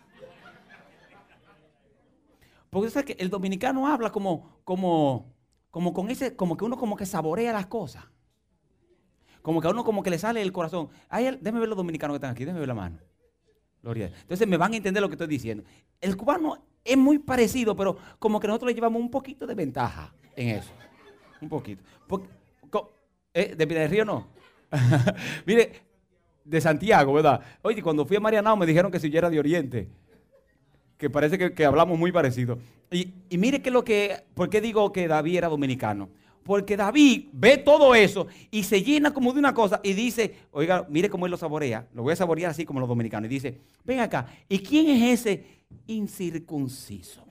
Porque ¿sabes que el dominicano habla como con ese, como que uno como que saborea las cosas. Como que a uno como que le sale el corazón. Déjame ver los dominicanos que están aquí, déjame ver la mano. Gloria a Dios. Entonces me van a entender lo que estoy diciendo. El cubano es muy parecido, pero como que nosotros le llevamos un poquito de ventaja en eso. Un poquito. ¿De Pinar del Río no? Mire, de Santiago, ¿verdad? Oye, cuando fui a Marianao me dijeron que si yo era de Oriente. Que parece que hablamos muy parecido. Y mire ¿por qué digo que David era dominicano? Porque David ve todo eso y se llena como de una cosa y dice, oiga, mire cómo él lo saborea. Lo voy a saborear así como los dominicanos. Y dice, ven acá, ¿y quién es ese incircunciso?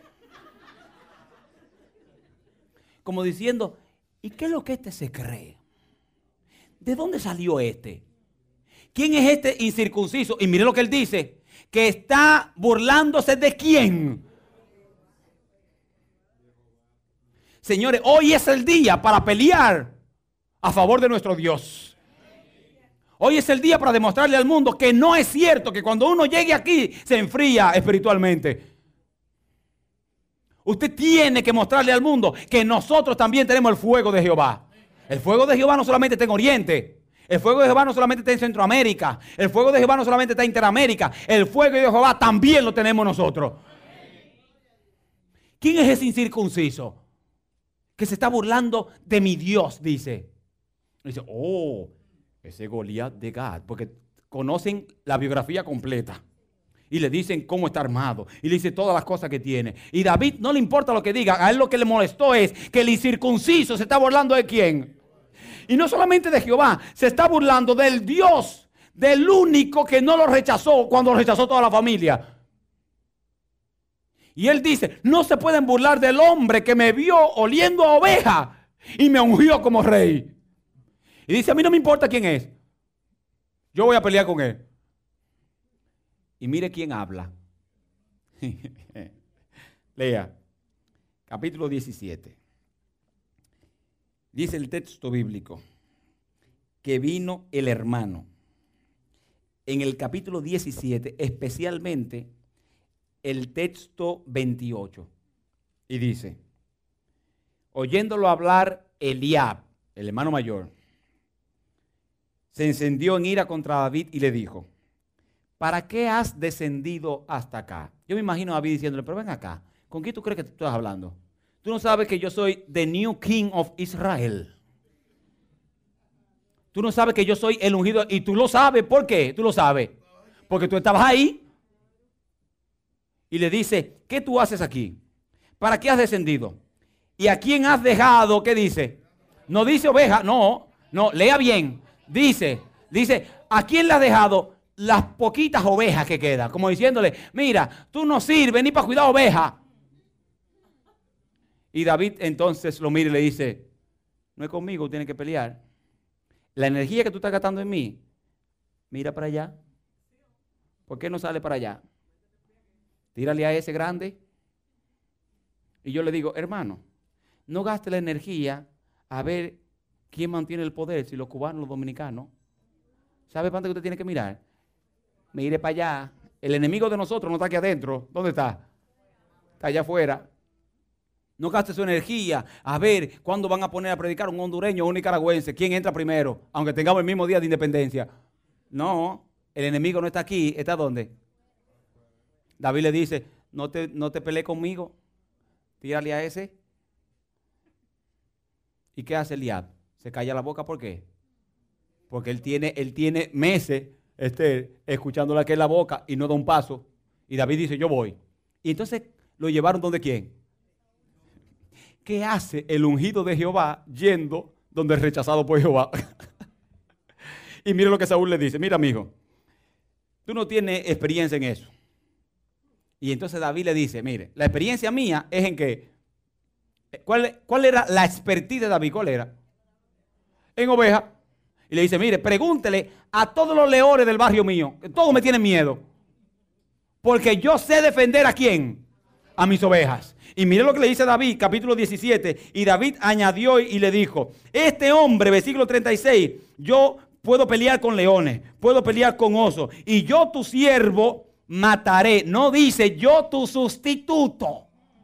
Como diciendo, ¿y qué es lo que este se cree? ¿De dónde salió este? ¿Quién es este incircunciso? Y mire lo que él dice, que está burlándose de quién. Señores, hoy es el día para pelear a favor de nuestro Dios. Hoy es el día para demostrarle al mundo que no es cierto que cuando uno llegue aquí se enfría espiritualmente. Usted tiene que mostrarle al mundo que nosotros también tenemos el fuego de Jehová. El fuego de Jehová no solamente está en Oriente. El fuego de Jehová no solamente está en Centroamérica. El fuego de Jehová no solamente está en Interamérica. El fuego de Jehová también lo tenemos nosotros. ¿Quién es ese incircunciso? Que se está burlando de mi Dios, dice. Dice, ese Goliat de Gat. Porque conocen la biografía completa. Y le dicen cómo está armado. Y le dice todas las cosas que tiene. Y David no le importa lo que diga. A él lo que le molestó es que el incircunciso se está burlando de quién. Y no solamente de Jehová. Se está burlando del Dios. Del único que no lo rechazó cuando lo rechazó toda la familia. Y él dice, no se pueden burlar del hombre que me vio oliendo a oveja y me ungió como rey. Y dice, a mí no me importa quién es. Yo voy a pelear con él. Y mire quién habla. Lea, capítulo 17. Dice el texto bíblico que vino el hermano. En el capítulo 17, especialmente el texto 28. Y dice, oyéndolo hablar Eliab, el hermano mayor, se encendió en ira contra David y le dijo, ¿para qué has descendido hasta acá? Yo me imagino a David diciéndole, pero ven acá, ¿con quién tú crees que tú estás hablando? Tú no sabes que yo soy the new king of Israel. Tú no sabes que yo soy el ungido. Y tú lo sabes, ¿por qué? Tú lo sabes. Porque tú estabas ahí. Y le dice, ¿qué tú haces aquí? ¿Para qué has descendido? ¿Y a quién has dejado? ¿Qué dice? No dice oveja, no, lea bien. Dice, ¿a quién le has dejado las poquitas ovejas que quedan? Como diciéndole, mira, tú no sirves ni para cuidar ovejas. Y David entonces lo mira y le dice, no es conmigo, tienes que pelear. La energía que tú estás gastando en mí, mira para allá. ¿Por qué no sale para allá? Tírale a ese grande. Y yo le digo, hermano, no gaste la energía a ver quién mantiene el poder, si los cubanos o los dominicanos. ¿Sabe para dónde usted tiene que mirar? Mire para allá. El enemigo de nosotros no está aquí adentro. ¿Dónde está? Está allá afuera. No gaste su energía a ver cuándo van a poner a predicar un hondureño o un nicaragüense. ¿Quién entra primero? Aunque tengamos el mismo día de independencia. No, el enemigo no está aquí. ¿Está dónde? David le dice, no te pelees conmigo. Tírale a ese. ¿Y qué hace Eliab? Se calla la boca, ¿por qué? Porque él tiene meses escuchándole aquí en la boca y no da un paso. Y David dice, yo voy. Y entonces lo llevaron ¿donde quién? ¿Qué hace el ungido de Jehová yendo donde es rechazado por Jehová? Y mire lo que Saúl le dice, mira amigo, tú no tienes experiencia en eso. Y entonces David le dice, mire, la experiencia mía es en que ¿Cuál era la expertise de David? ¿Cuál era? En ovejas. Y le dice, mire, pregúntele a todos los leones del barrio mío, que todos me tienen miedo. Porque yo sé defender ¿a quién? A mis ovejas. Y mire lo que le dice David, capítulo 17. Y David añadió y le dijo, este hombre, versículo 36, yo puedo pelear con leones, puedo pelear con osos. Y yo tu siervo mataré. No dice yo tu sustituto.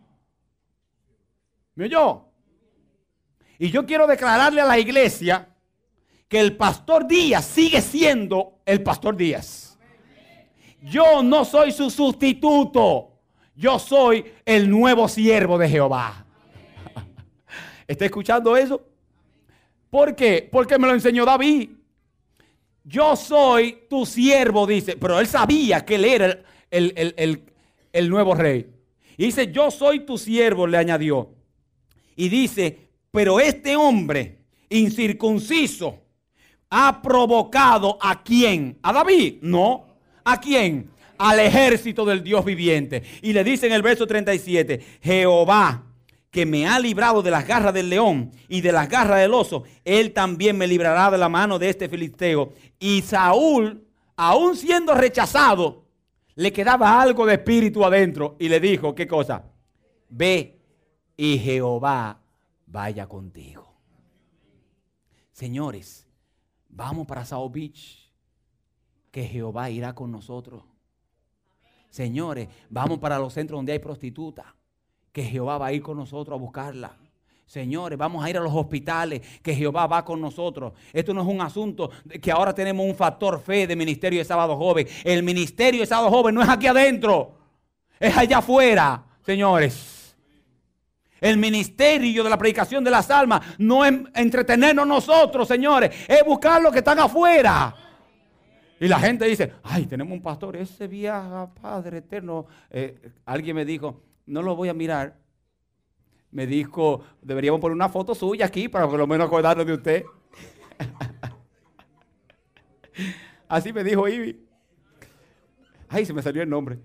¿Me oyó? Y yo quiero declararle a la iglesia que el pastor Díaz sigue siendo el pastor Díaz. Yo no soy su sustituto. Yo soy el nuevo siervo de Jehová. ¿Está escuchando eso? ¿Por qué? Porque me lo enseñó David. Yo soy tu siervo, dice. Pero él sabía que él era el nuevo rey. Y dice, yo soy tu siervo, le añadió. Y dice, pero este hombre incircunciso ha provocado ¿a quién? ¿A David? No. ¿A quién? Al ejército del Dios viviente. Y le dice en el verso 37, Jehová, que me ha librado de las garras del león y de las garras del oso, él también me librará de la mano de este filisteo. Y Saúl, aún siendo rechazado, le quedaba algo de espíritu adentro y le dijo, ¿qué cosa? Ve y Jehová vaya contigo. Señores, vamos para South Beach, que Jehová irá con nosotros. Señores, vamos para los centros donde hay prostitutas, que Jehová va a ir con nosotros a buscarla. Señores, vamos a ir a los hospitales, que Jehová va con nosotros. Esto no es un asunto de que ahora tenemos un factor fe de ministerio de sábado joven. El ministerio de sábado joven no es aquí adentro, es allá afuera, señores. El ministerio de la predicación de las almas no es entretenernos nosotros, señores, es buscar los que están afuera. Y la gente dice, ay, tenemos un pastor, ese viaja, Padre eterno. Alguien me dijo, no lo voy a mirar. Me dijo, deberíamos poner una foto suya aquí para por lo menos acordarnos de usted. Así me dijo Ivy. Ay, se me salió el nombre.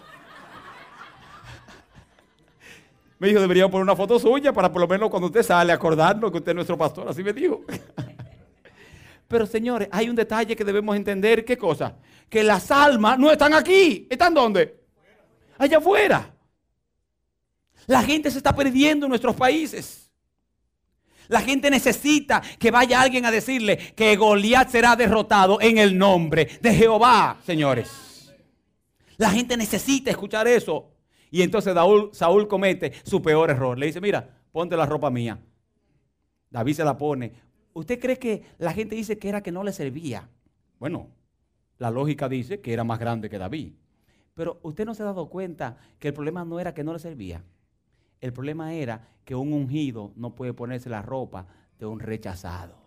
Me dijo, deberíamos poner una foto suya para por lo menos cuando usted sale acordarnos que usted es nuestro pastor. Así me dijo. Pero señores, hay un detalle que debemos entender. ¿Qué cosa? Que las almas no están aquí. ¿Están dónde? Allá afuera. La gente se está perdiendo en nuestros países. La gente necesita que vaya alguien a decirle que Goliat será derrotado en el nombre de Jehová, señores. La gente necesita escuchar eso. Y entonces Saúl comete su peor error. Le dice, mira, ponte la ropa mía. David se la pone. ¿Usted cree que la gente dice que era que no le servía? Bueno, la lógica dice que era más grande que David. Pero usted no se ha dado cuenta que el problema no era que no le servía. El problema era que un ungido no puede ponerse la ropa de un rechazado.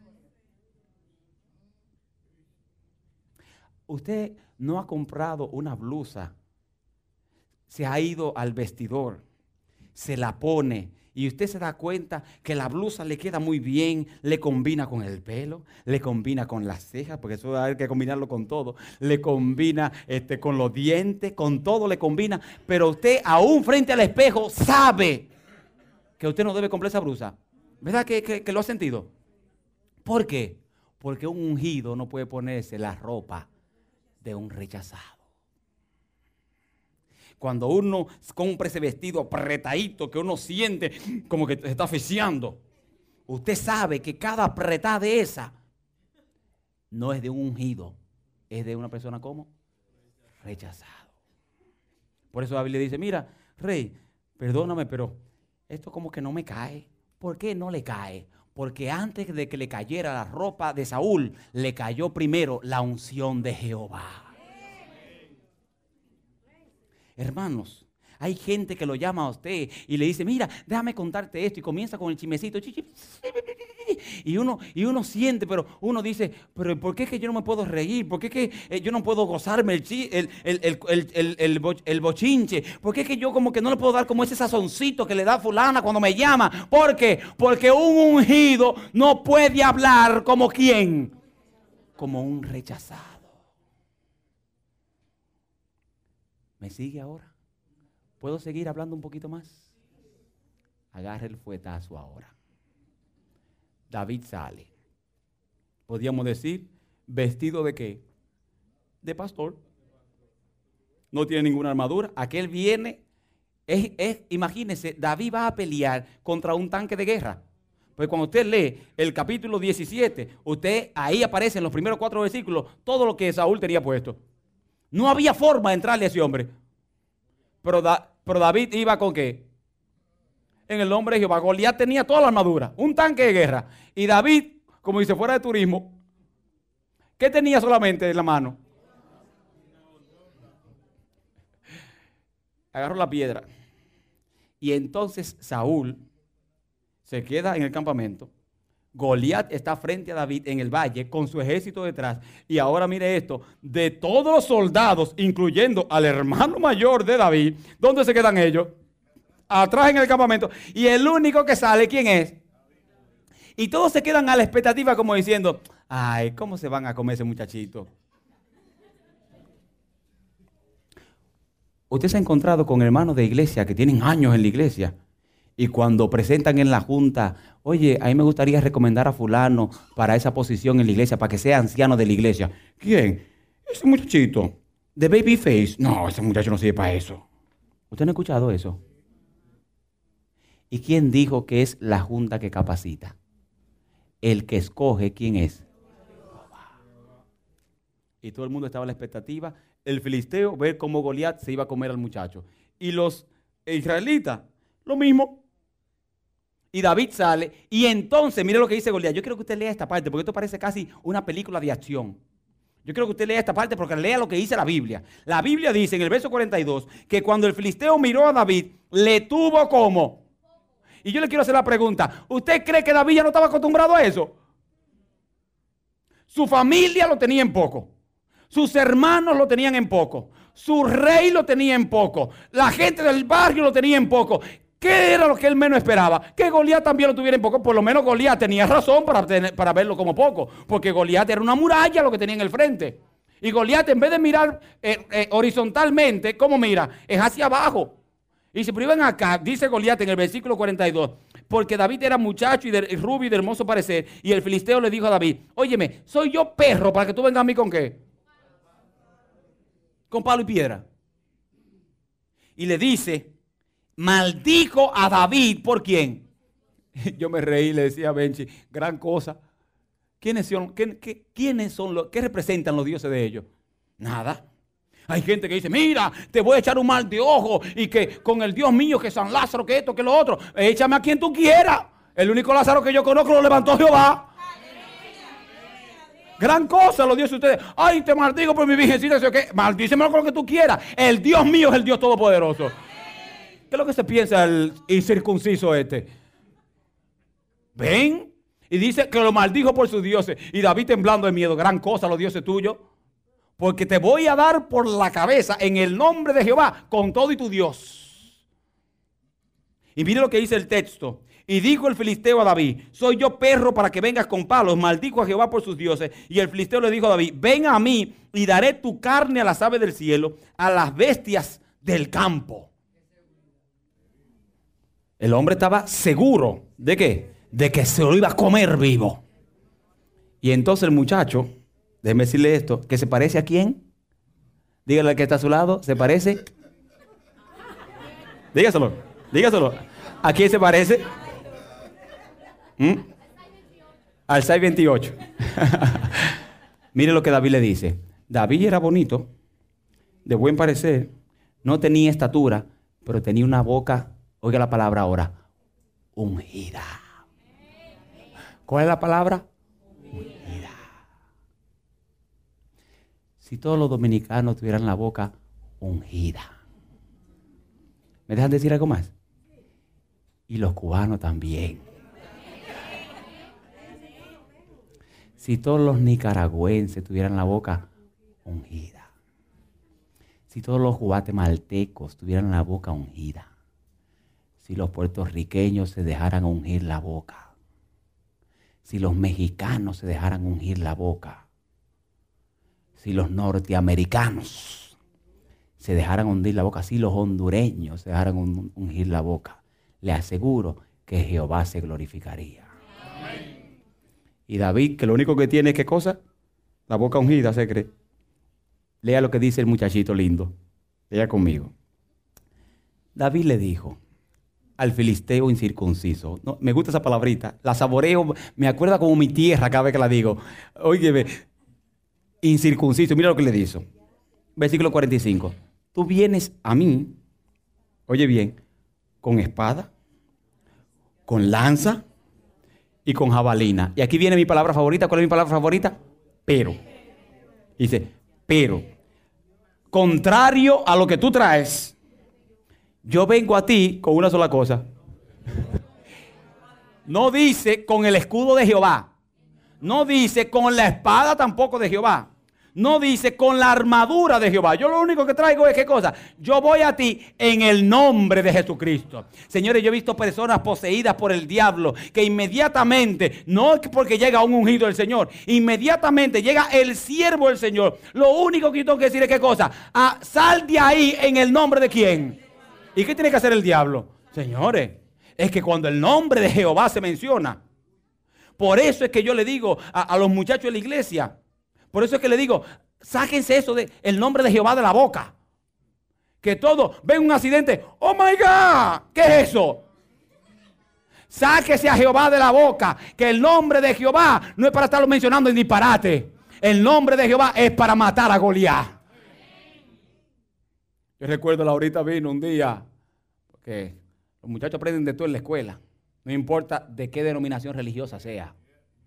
Usted no ha comprado una blusa, se ha ido al vestidor, se la pone y usted se da cuenta que la blusa le queda muy bien, le combina con el pelo, le combina con las cejas, porque eso hay que combinarlo con todo, le combina con los dientes, con todo le combina, pero usted aún frente al espejo sabe que usted no debe comprar esa blusa. ¿Verdad que lo ha sentido? ¿Por qué? Porque un ungido no puede ponerse la ropa de un rechazado. Cuando uno compra ese vestido apretadito que uno siente como que se está asfixiando, usted sabe que cada apretada de esa no es de un ungido, es de una persona como rechazado. Por eso David le dice, mira, rey, perdóname, pero esto como que no me cae. ¿Por qué no le cae? Porque antes de que le cayera la ropa de Saúl, le cayó primero la unción de Jehová. Hermanos, hay gente que lo llama a usted y le dice, mira, déjame contarte esto, y comienza con el chismecito. Y uno siente, pero uno dice, pero ¿por qué es que yo no me puedo reír? ¿Por qué es que yo no puedo gozarme el bochinche? ¿Por qué es que yo como que no le puedo dar como ese sazoncito que le da fulana cuando me llama? ¿Por qué? Porque un ungido no puede hablar como ¿quién? Como un rechazado. ¿Me sigue ahora? ¿Puedo seguir hablando un poquito más? agarra el fuetazo ahora. David sale. Podríamos decir, ¿vestido de qué? De pastor. No tiene ninguna armadura. Aquel viene, imagínense, David va a pelear contra un tanque de guerra. Pues cuando usted lee el capítulo 17, ahí aparece en los primeros 4 versículos todo lo que Saúl tenía puesto. No había forma de entrarle a ese hombre. Pero David iba ¿con qué? En el nombre de Jehová. Goliat tenía toda la armadura, un tanque de guerra. Y David, como dice fuera de turismo, ¿qué tenía solamente en la mano? Agarró la piedra. Y entonces Saúl se queda en el campamento. Goliat está frente a David en el valle con su ejército detrás. Y ahora mire esto, de todos los soldados, incluyendo al hermano mayor de David, ¿dónde se quedan ellos? Atrás en el campamento. Y el único que sale, ¿quién es? Y todos se quedan a la expectativa como diciendo, ay, ¿cómo se van a comer ese muchachito? Usted se ha encontrado con hermanos de iglesia que tienen años en la iglesia y cuando presentan en la junta, oye, a mí me gustaría recomendar a fulano para esa posición en la iglesia, para que sea anciano de la iglesia. ¿Quién? Ese muchachito de Babyface. No, ese muchacho no sirve para eso. ¿Usted no ha escuchado eso? ¿Y quién dijo que es la junta que capacita? El que escoge, ¿quién es? Y todo el mundo estaba a la expectativa. El filisteo, ver cómo Goliat se iba a comer al muchacho. Y los israelitas, lo mismo. Y David sale. Y entonces, mire lo que dice Goliat. Yo quiero que usted lea esta parte, porque esto parece casi una película de acción. Yo quiero que usted lea esta parte porque lea lo que dice la Biblia. La Biblia dice en el verso 42 que cuando el filisteo miró a David, le tuvo como. Y yo le quiero hacer la pregunta. ¿Usted cree que David ya no estaba acostumbrado a eso? Su familia lo tenía en poco. Sus hermanos lo tenían en poco. Su rey lo tenía en poco. La gente del barrio lo tenía en poco. ¿Qué era lo que él menos esperaba? Que Goliat también lo tuviera en poco. Por lo menos Goliat tenía razón para verlo como poco. Porque Goliat era una muralla lo que tenía en el frente. Y Goliat, en vez de mirar horizontalmente, ¿cómo mira? Es hacia abajo. Y dice, pero ven acá, dice Goliat en el versículo 42, porque David era muchacho y rubio y de hermoso parecer. Y el filisteo le dijo a David, óyeme, ¿soy yo perro para que tú vengas a mí con qué? Con palo y piedra. Y le dice, maldijo a David, ¿por quién? Yo me reí, le decía a Benchi, gran cosa. ¿Quiénes son qué representan los dioses de ellos? Nada. Hay gente que dice, mira, te voy a echar un mal de ojo y que con el Dios mío, que San Lázaro, que esto, que lo otro, échame a quien tú quieras. El único Lázaro que yo conozco lo levantó Jehová. Gran cosa los dioses de ustedes. Ay, te maldigo por mi virgencita. Maldícemelo con lo que tú quieras. El Dios mío es el Dios todopoderoso. ¿Qué es lo que se piensa el incircunciso este? ¿Ven? Y dice que lo maldijo por sus dioses. Y David temblando de miedo. Gran cosa los dioses tuyos. Porque te voy a dar por la cabeza en el nombre de Jehová con todo y tu Dios. Y mire lo que dice el texto. Y dijo el filisteo a David, soy yo perro para que vengas con palos. Maldijo a Jehová por sus dioses. Y el filisteo le dijo a David, ven a mí y daré tu carne a las aves del cielo, a las bestias del campo. El hombre estaba seguro, ¿de qué? De que se lo iba a comer vivo. Y entonces el muchacho, déjeme decirle esto, que se parece a quién. Dígale al que está a su lado, ¿se parece? Dígaselo. ¿A quién se parece? Al 628. Mire lo que David le dice. David era bonito, de buen parecer, no tenía estatura, pero tenía una boca, oiga la palabra ahora, ungida. ¿Cuál es la palabra? Ungida. Si todos los dominicanos tuvieran la boca ungida. ¿Me dejan decir algo más? Y los cubanos también. Si todos los nicaragüenses tuvieran la boca ungida. Si todos los guatemaltecos tuvieran la boca ungida. Si los puertorriqueños se dejaran ungir la boca. Si los mexicanos se dejaran ungir la boca. Si los norteamericanos se dejaran hundir la boca. Si los hondureños se dejaran ungir la boca. le aseguro que Jehová se glorificaría. Y David, que lo único que tiene es ¿qué cosa? La boca ungida, se cree. Lea lo que dice el muchachito lindo. Lea conmigo. David le dijo al filisteo incircunciso. No, me gusta esa palabrita. La saboreo, me acuerda como mi tierra cada vez que la digo. Óyeme, incircunciso. Mira lo que le dijo. Versículo 45. Tú vienes a mí, oye bien, con espada, con lanza y con jabalina. Y aquí viene mi palabra favorita. ¿Cuál es mi palabra favorita? Pero. Dice, pero, contrario a lo que tú traes, yo vengo a ti con una sola cosa. No dice con el escudo de Jehová. No dice con la espada tampoco de Jehová. No dice con la armadura de Jehová. Yo lo único que traigo es ¿qué cosa? Yo voy a ti en el nombre de Jesucristo. Señores, yo he visto personas poseídas por el diablo que inmediatamente, no porque llega un ungido del Señor, inmediatamente llega el siervo del Señor. Lo único que yo tengo que decir es ¿qué cosa? Sal de ahí en el nombre de ¿quién? ¿Y qué tiene que hacer el diablo? Señores, es que cuando el nombre de Jehová se menciona, por eso es que yo le digo a los muchachos de la iglesia, por eso es que le digo, sáquense eso de el nombre de Jehová de la boca. Que todo, ven un accidente, oh my God, ¿qué es eso? Sáquese a Jehová de la boca, que el nombre de Jehová no es para estarlo mencionando en disparate. El nombre de Jehová es para matar a Goliat. Yo recuerdo, ahorita vino un día, porque los muchachos aprenden de todo en la escuela, no importa de qué denominación religiosa sea.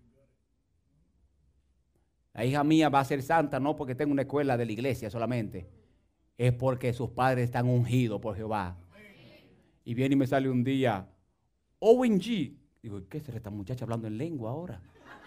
La hija mía va a ser santa no porque tenga una escuela de la iglesia solamente, es porque sus padres están ungidos por Jehová. Y viene y me sale un día, ONG. Digo, ¿qué es esta muchacha hablando en lengua ahora?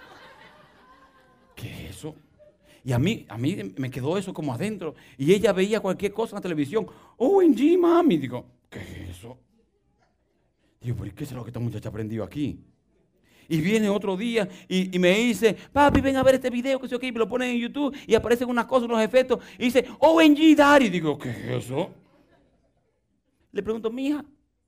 ¿Qué es eso? Y a mí me quedó eso como adentro. Y ella veía cualquier cosa en la televisión. ONG, mami. Digo, ¿qué es eso? Digo, ¿pero qué es lo que esta muchacha aprendió aquí? Y viene otro día y me dice, papi, ven a ver este video que sé aquí. Me lo ponen en YouTube y aparecen unas cosas, unos efectos. Y dice, ONG, Daddy. Digo, ¿qué es eso? Le pregunto, mija,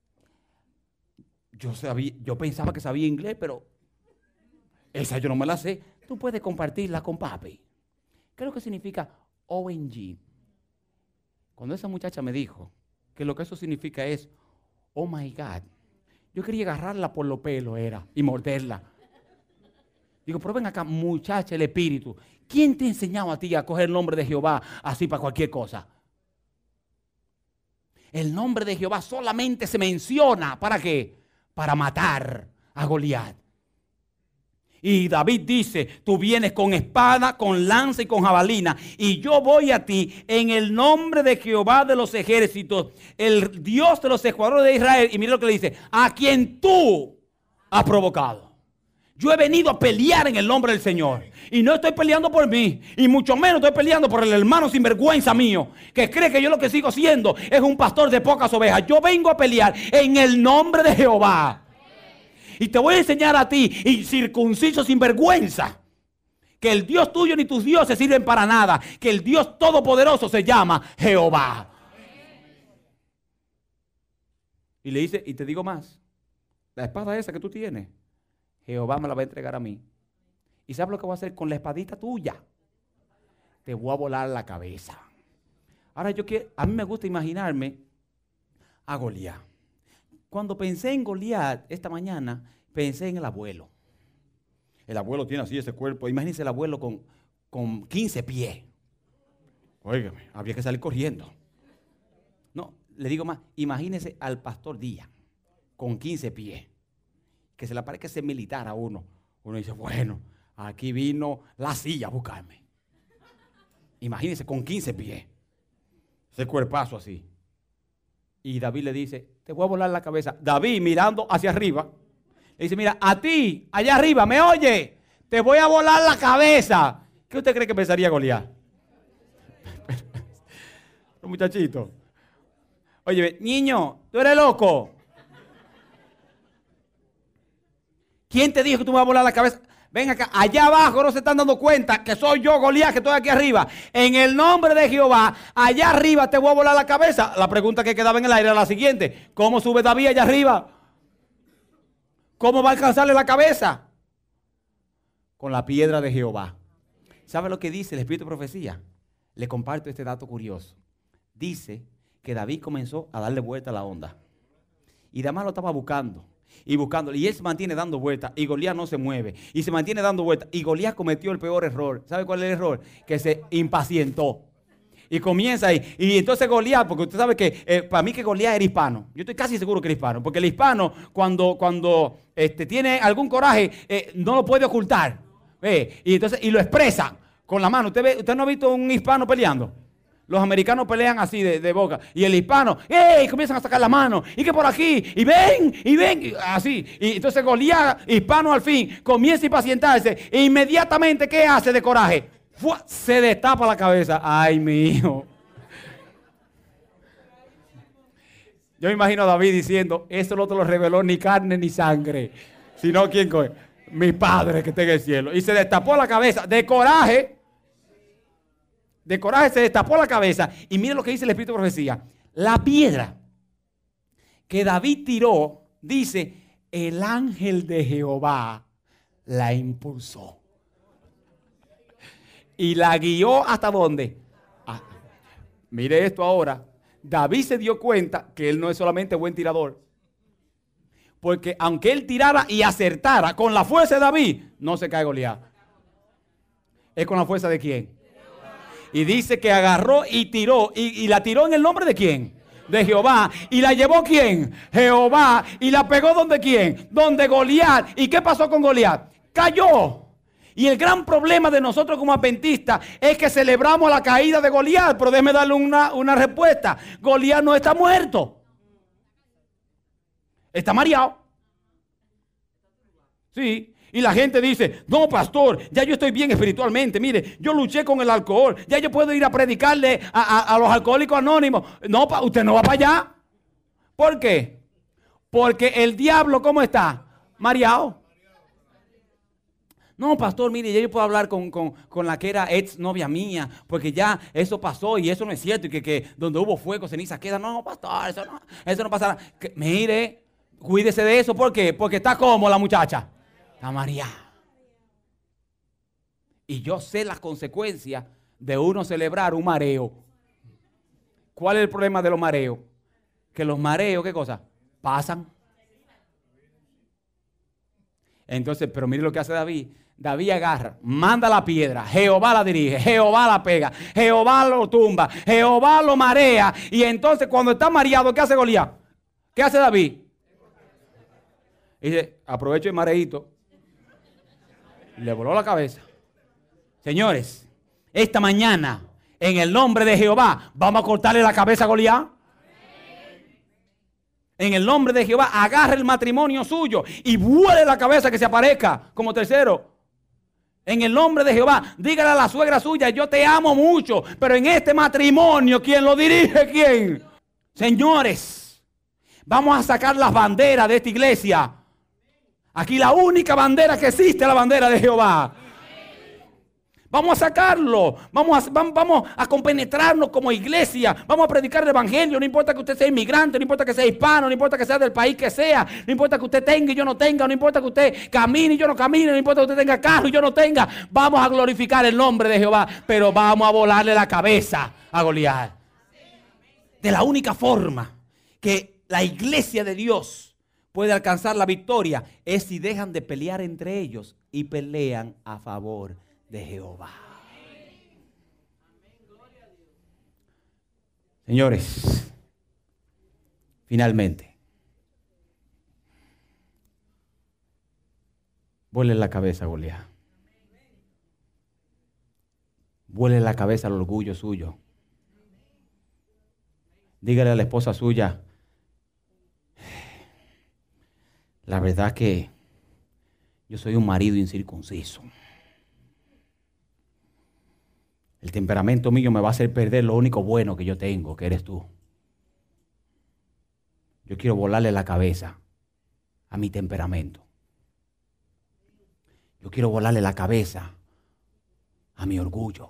yo pensaba que sabía inglés, pero esa yo no me la sé. Tú puedes compartirla con papi. ¿Qué es lo que significa ONG? Cuando esa muchacha me dijo que lo que eso significa es, oh my God, yo quería agarrarla por los pelos y morderla. Digo, pero ven acá, muchacha, el espíritu. ¿Quién te enseñaba a ti a coger el nombre de Jehová así para cualquier cosa? El nombre de Jehová solamente se menciona, ¿para qué? Para matar a Goliat. Y David dice, tú vienes con espada, con lanza y con jabalina, y yo voy a ti en el nombre de Jehová de los ejércitos, el Dios de los escuadrones de Israel. Y mira lo que le dice, a quien tú has provocado. Yo he venido a pelear en el nombre del Señor. Y no estoy peleando por mí, y mucho menos estoy peleando por el hermano sinvergüenza mío, que cree que yo lo que sigo siendo es un pastor de pocas ovejas. Yo vengo a pelear en el nombre de Jehová. Y te voy a enseñar a ti, incircunciso sin vergüenza, que el Dios tuyo ni tus dioses sirven para nada. Que el Dios todopoderoso se llama Jehová. Y le dice, y te digo más, la espada esa que tú tienes, Jehová me la va a entregar a mí. ¿Y sabes lo que voy a hacer con la espadita tuya? Te voy a volar la cabeza. Ahora a mí me gusta imaginarme a Goliat. Cuando pensé en Goliat esta mañana, pensé en el abuelo. El abuelo tiene así ese cuerpo. Imagínense el abuelo con 15 pies. Óigame, habría que salir corriendo. No, le digo más, imagínense al pastor Díaz con 15 pies. Que se le parezca ese militar a uno. Uno dice, bueno, aquí vino la silla a buscarme. Imagínense con 15 pies. Ese cuerpazo así. Y David le dice, te voy a volar la cabeza. David mirando hacia arriba, le dice, mira, a ti, allá arriba, ¿me oye? Te voy a volar la cabeza. ¿Qué usted cree que pensaría Goliat? Los muchachitos. Oye, niño, tú eres loco. ¿Quién te dijo que tú me vas a volar la cabeza? Ven acá, allá abajo no se están dando cuenta que soy yo, Goliat, que estoy aquí arriba. En el nombre de Jehová, allá arriba te voy a volar la cabeza. La pregunta que quedaba en el aire era la siguiente. ¿Cómo sube David allá arriba? ¿Cómo va a alcanzarle la cabeza? Con la piedra de Jehová. ¿Sabe lo que dice el Espíritu de Profecía? Le comparto este dato curioso. Dice que David comenzó a darle vuelta a la onda. Y Damas lo estaba buscando. Y buscándolo. Y él se mantiene dando vueltas. Y Goliat no se mueve. Y se mantiene dando vueltas. Y Goliat cometió el peor error. ¿Sabe cuál es el error? Que se impacientó. Y comienza ahí. Y entonces Goliat, porque usted sabe que para mí que Goliat era hispano. Yo estoy casi seguro que era hispano. Porque el hispano, cuando tiene algún coraje, no lo puede ocultar. Y entonces lo expresa con la mano. ¿Usted no ha visto un hispano peleando? Los americanos pelean así de boca. Y el hispano, ¡ey! Comienzan a sacar la mano. Y que por aquí. Y ven. Así. Y entonces Goliat, hispano al fin, comienza a impacientarse. E inmediatamente, ¿qué hace de coraje? ¡Fua! Se destapa la cabeza. ¡Ay, mi hijo! Yo me imagino a David diciendo, eso no te lo reveló ni carne ni sangre. Sino, ¿quién coge? Mi Padre que está en el cielo. Y se destapó la cabeza de coraje. De coraje se destapó la cabeza. Y mire lo que dice el Espíritu de Profecía. La piedra que David tiró, dice, el ángel de Jehová la impulsó. Y la guió ¿hasta dónde? Mire esto ahora. David se dio cuenta que él no es solamente buen tirador. Porque aunque él tirara y acertara con la fuerza de David, no se cae Goliat. ¿Es con la fuerza de quién? Y dice que agarró y tiró. ¿Y la tiró en el nombre de quién? De Jehová. ¿Y la llevó quién? Jehová. ¿Y la pegó donde quién? Donde Goliat. ¿Y qué pasó con Goliat? Cayó. Y el gran problema de nosotros como adventistas es que celebramos la caída de Goliat. Pero déjeme darle una respuesta. Goliat no está muerto. Está mareado. Sí. Y la gente dice, no, pastor, ya yo estoy bien espiritualmente. Mire, yo luché con el alcohol. Ya yo puedo ir a predicarle a los alcohólicos anónimos. No, usted no va para allá. ¿Por qué? Porque el diablo, ¿cómo está? Mareado. No, pastor, mire, ya yo puedo hablar con la que era ex novia mía, porque ya eso pasó y eso no es cierto. Y que donde hubo fuego, ceniza queda. No, pastor, eso no pasará. Mire, cuídese de eso. ¿Por qué? Porque está como la muchacha. Está mareada. Y yo sé las consecuencias de uno celebrar un mareo. ¿Cuál es el problema de los mareos? Que los mareos, ¿qué cosa? Pasan. Entonces, pero mire lo que hace David. David agarra, manda la piedra, Jehová la dirige, Jehová la pega, Jehová lo tumba, Jehová lo marea. Y entonces cuando está mareado, ¿qué hace Goliat? ¿Qué hace David? Y dice, aprovecho el mareíto. Le voló la cabeza. Señores, esta mañana, en el nombre de Jehová, vamos a cortarle la cabeza a Goliat. En el nombre de Jehová, agarre el matrimonio suyo y vuele la cabeza que se aparezca como tercero. En el nombre de Jehová, dígale a la suegra suya, yo te amo mucho, pero en este matrimonio, ¿quién lo dirige? ¿Quién? Señores, vamos a sacar las banderas de esta iglesia. Aquí la única bandera que existe es la bandera de Jehová. Vamos a sacarlo, vamos a compenetrarnos como iglesia, vamos a predicar el evangelio, no importa que usted sea inmigrante, no importa que sea hispano, no importa que sea del país que sea, no importa que usted tenga y yo no tenga, no importa que usted camine y yo no camine, no importa que usted tenga carro y yo no tenga, vamos a glorificar el nombre de Jehová, pero vamos a volarle la cabeza a Goliat. De la única forma que la iglesia de Dios puede alcanzar la victoria es si dejan de pelear entre ellos y pelean a favor de Jehová. Señores, finalmente, vuele la cabeza a Goliat. Vuele la cabeza al orgullo suyo. Dígale a la esposa suya, la verdad que yo soy un marido incircunciso. El temperamento mío me va a hacer perder lo único bueno que yo tengo, que eres tú. Yo quiero volarle la cabeza a mi temperamento. Yo quiero volarle la cabeza a mi orgullo.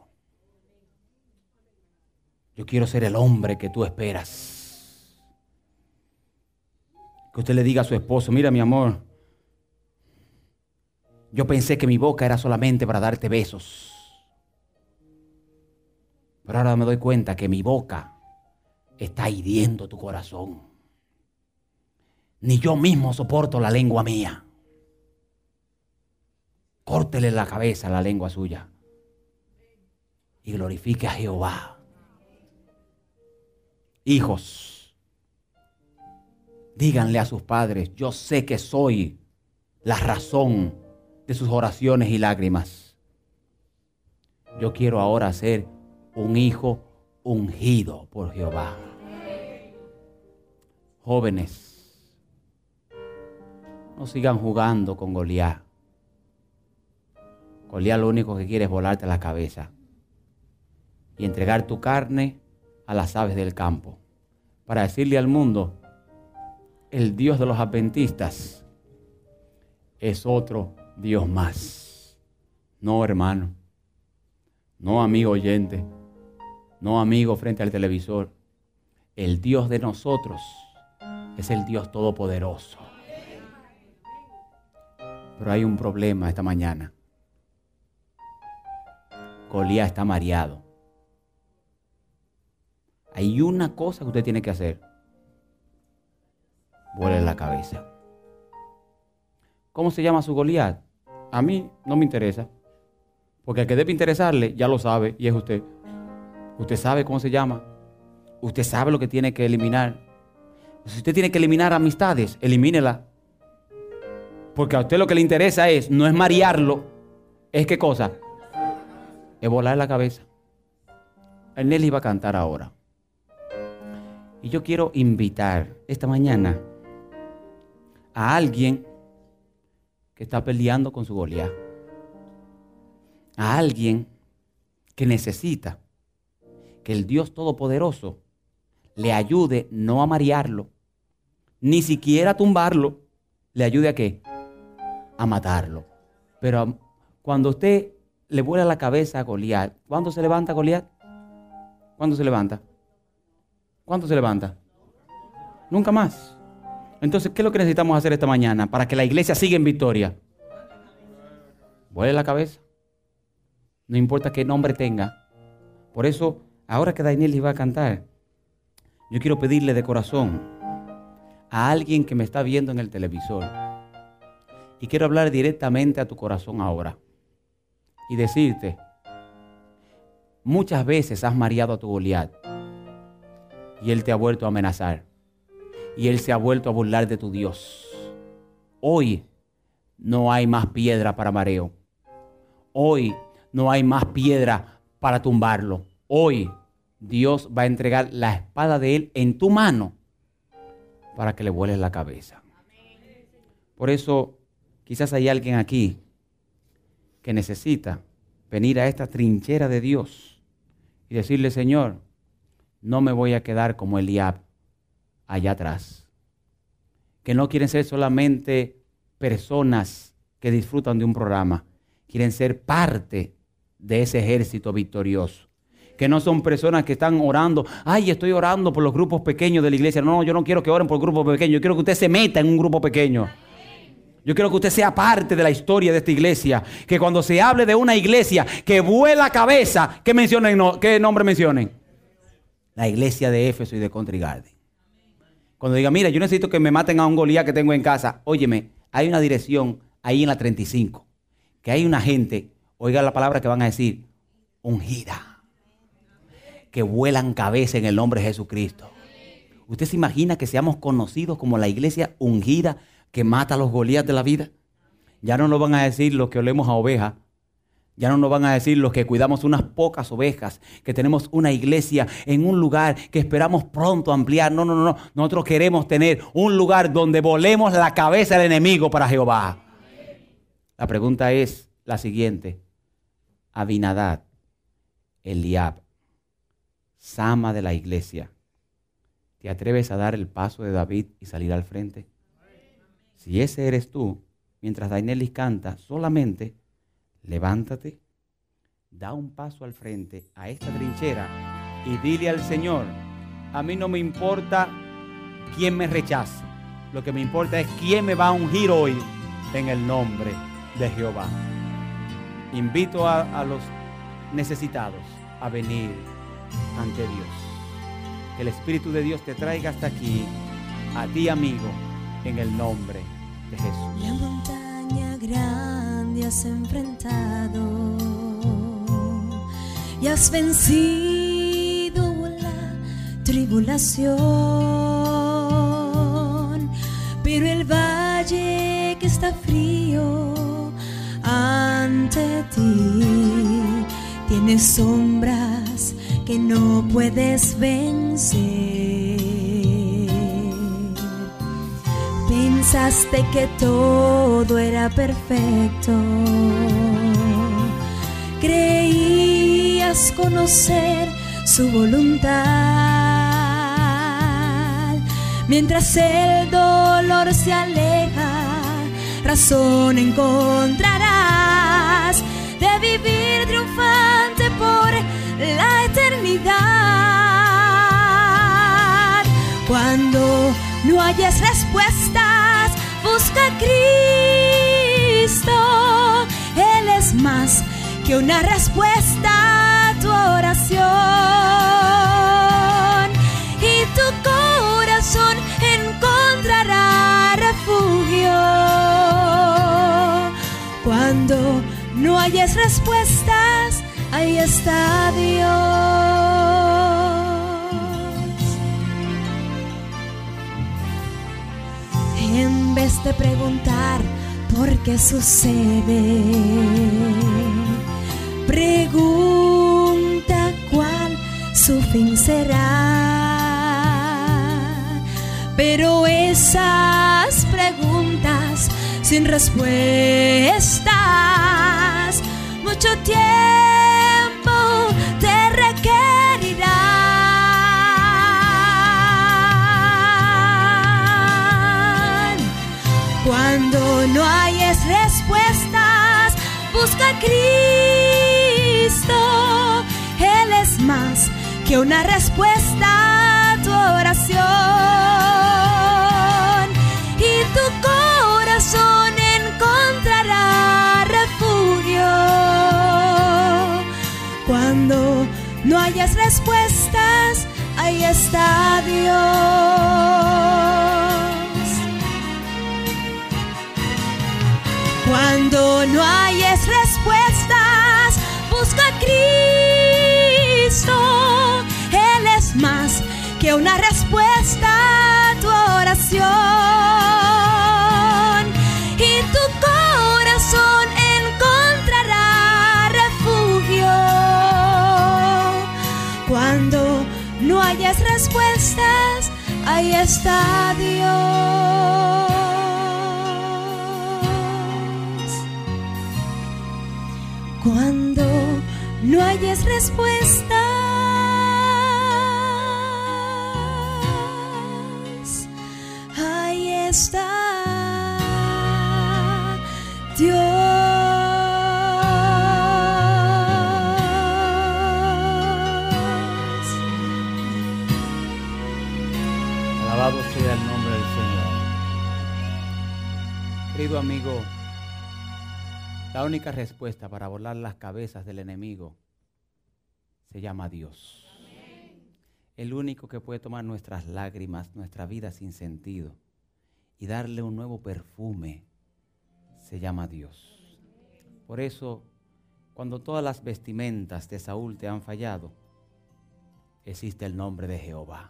Yo quiero ser el hombre que tú esperas. Que usted le diga a su esposo, mira mi amor, Yo pensé que mi boca era solamente para darte besos. Pero ahora me doy cuenta que mi boca está hiriendo tu corazón. Ni yo mismo soporto la lengua mía. Córtele la cabeza a la lengua suya y glorifique a Jehová. Hijos, díganle a sus padres: yo sé que soy la razón de sus oraciones y lágrimas. Yo quiero ahora ser un hijo ungido por Jehová. Jóvenes, no sigan jugando con Goliat. Goliat lo único que quiere es volarte la cabeza y entregar tu carne a las aves del campo para decirle al mundo: el Dios de los adventistas es otro Dios más. No, hermano. No, amigo oyente. No, amigo frente al televisor. El Dios de nosotros es el Dios todopoderoso. Pero hay un problema esta mañana. Goliat está mareado. Hay una cosa que usted tiene que hacer: vuele la cabeza. ¿Cómo se llama su Goliat? A mí no me interesa, porque el que debe interesarle ya lo sabe, y es usted. Usted sabe cómo se llama. Usted sabe lo que tiene que eliminar. Si usted tiene que eliminar amistades, elimínela. Porque a usted lo que le interesa no es marearlo. ¿Es qué cosa? Es volar la cabeza. El Nelly va a cantar ahora. Y yo quiero invitar esta mañana a alguien que está peleando con su Goliat. A alguien que necesita que el Dios Todopoderoso le ayude no a marearlo, ni siquiera a tumbarlo. ¿Le ayude a qué? A matarlo. Pero cuando usted le vuela la cabeza a Goliat, ¿cuándo se levanta Goliat? ¿Cuándo se levanta? ¿Cuándo se levanta? Nunca más. Entonces, ¿qué es lo que necesitamos hacer esta mañana para que la iglesia siga en victoria? Vuele la cabeza. No importa qué nombre tenga. Por eso, ahora que Daniel iba a cantar, yo quiero pedirle de corazón a alguien que me está viendo en el televisor, y quiero hablar directamente a tu corazón ahora y decirte: muchas veces has mareado a tu Goliat y él te ha vuelto a amenazar y él se ha vuelto a burlar de tu Dios. Hoy no hay más piedra para mareo. Hoy no hay más piedra para tumbarlo. Hoy Dios va a entregar la espada de él en tu mano para que le vueles la cabeza. Por eso, quizás hay alguien aquí que necesita venir a esta trinchera de Dios y decirle: Señor, no me voy a quedar como Eliab allá atrás. Que no quieren ser solamente personas que disfrutan de un programa, quieren ser parte de ese ejército victorioso. Que no son personas que están orando: ay, estoy orando por los grupos pequeños de la iglesia. No, yo no quiero que oren por grupos pequeños. Yo quiero que usted se meta en un grupo pequeño. Yo quiero que usted sea parte de la historia de esta iglesia. Que cuando se hable de una iglesia que vuela cabeza, ¿qué mencionen? ¿Qué nombre mencionen? La iglesia de Éfeso y de Country Garden. Cuando diga: mira, yo necesito que me maten a un Goliat que tengo en casa. Óyeme, hay una dirección ahí en la 35. Que hay una gente, oiga la palabra que van a decir, ungida. Que vuelan cabeza en el nombre de Jesucristo. ¿Usted se imagina que seamos conocidos como la iglesia ungida que mata a los Goliat de la vida? Ya no nos van a decir los que olemos a oveja. Ya no nos van a decir los que cuidamos unas pocas ovejas, que tenemos una iglesia en un lugar que esperamos pronto ampliar. No. Nosotros queremos tener un lugar donde volemos la cabeza del enemigo para Jehová. La pregunta es la siguiente: Abinadab, Eliab, Sama de la iglesia, ¿te atreves a dar el paso de David y salir al frente? Si ese eres tú, mientras Dainelis canta, solamente levántate, da un paso al frente a esta trinchera y dile al Señor: a mí no me importa quién me rechace, lo que me importa es quién me va a ungir hoy en el nombre de Jehová. Invito a los necesitados a venir ante Dios. Que el Espíritu de Dios te traiga hasta aquí, a ti, amigo, en el nombre de Jesús. La montaña grande has enfrentado y has vencido la tribulación, pero el valle que está frío ante ti tiene sombras que no puedes vencer. Pensaste que todo era perfecto, creías conocer su voluntad. Mientras el dolor se aleja, razón encontrarás de vivir triunfante por la eternidad. Cuando no hayas respuestas, busca a Cristo. Él es más que una respuesta a tu oración, y tu corazón encontrará refugio. Cuando no hayas respuestas, ahí está Dios. En vez de preguntar por qué sucede, pregunta cuál su fin será. Pero esas preguntas sin respuestas mucho tiempo te requerirán. Cuando no hayas respuestas, busca a Cristo. Él es más que una respuesta a tu oración, y tu corazón encontrará refugio. Cuando no hayas respuestas, ahí está Dios. Cuando no hayas respuestas, busca a Cristo. Él es más que una respuesta a tu oración, y tu corazón encontrará refugio. Cuando no hayas respuestas, ahí está Dios. Cuando no hayas respuestas, ahí está Dios. Alabado sea el nombre del Señor. Querido amigo, la única respuesta para volar las cabezas del enemigo se llama Dios. El único que puede tomar nuestras lágrimas, nuestra vida sin sentido, y darle un nuevo perfume se llama Dios. Por eso, cuando todas las vestimentas de Saúl te han fallado, existe el nombre de Jehová.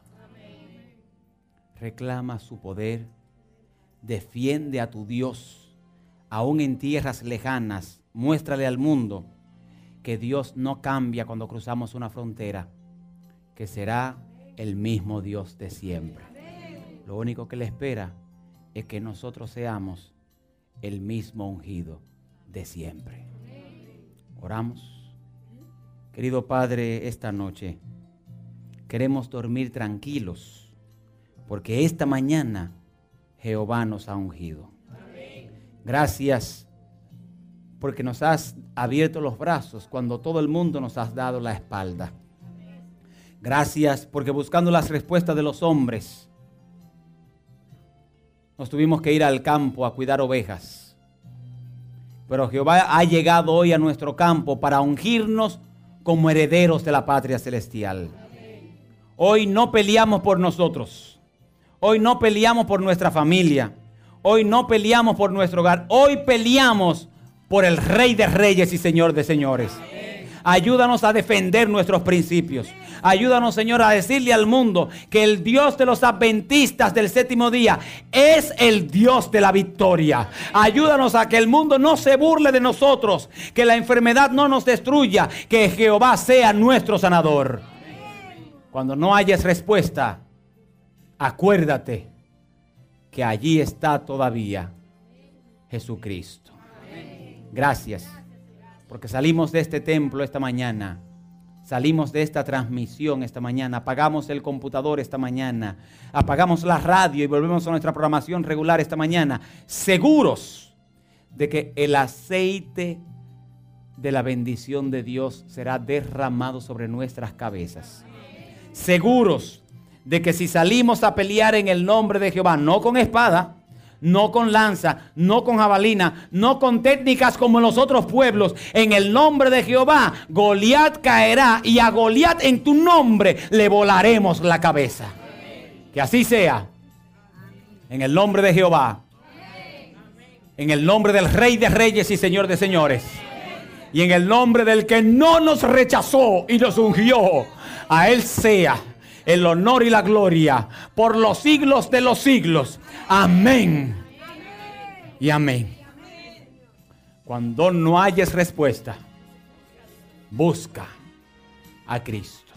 Reclama su poder, defiende a tu Dios. Aún en tierras lejanas, muéstrale al mundo que Dios no cambia cuando cruzamos una frontera, que será el mismo Dios de siempre. Lo único que le espera es que nosotros seamos el mismo ungido de siempre. Oramos. Querido Padre, esta noche queremos dormir tranquilos, porque esta mañana Jehová nos ha ungido. Gracias porque nos has abierto los brazos cuando todo el mundo nos has dado la espalda. Gracias porque buscando las respuestas de los hombres, nos tuvimos que ir al campo a cuidar ovejas. Pero Jehová ha llegado hoy a nuestro campo para ungirnos como herederos de la patria celestial. Hoy no peleamos por nosotros. Hoy no peleamos por nuestra familia. Hoy no peleamos por nuestro hogar. Hoy peleamos por el Rey de Reyes y Señor de Señores. Ayúdanos a defender nuestros principios. Ayúdanos, Señor, a decirle al mundo que el Dios de los adventistas del séptimo día es el Dios de la victoria. Ayúdanos a que el mundo no se burle de nosotros, que la enfermedad no nos destruya, que Jehová sea nuestro sanador. Cuando no hayas respuesta, acuérdate que allí está todavía Jesucristo. Gracias, porque salimos de este templo esta mañana. Salimos de esta transmisión esta mañana, apagamos el computador esta mañana, apagamos la radio y volvemos a nuestra programación regular esta mañana, seguros de que el aceite de la bendición de Dios será derramado sobre nuestras cabezas. Seguros de que si salimos a pelear en el nombre de Jehová, no con espada, no con lanza, no con jabalina, no con técnicas como en los otros pueblos. En el nombre de Jehová, Goliat caerá y a Goliat en tu nombre le volaremos la cabeza. Que así sea. En el nombre de Jehová. En el nombre del Rey de Reyes y Señor de Señores. Y en el nombre del que no nos rechazó y nos ungió. A Él sea el honor y la gloria por los siglos de los siglos. Amén y amén. Cuando no hayas respuesta, busca a Cristo.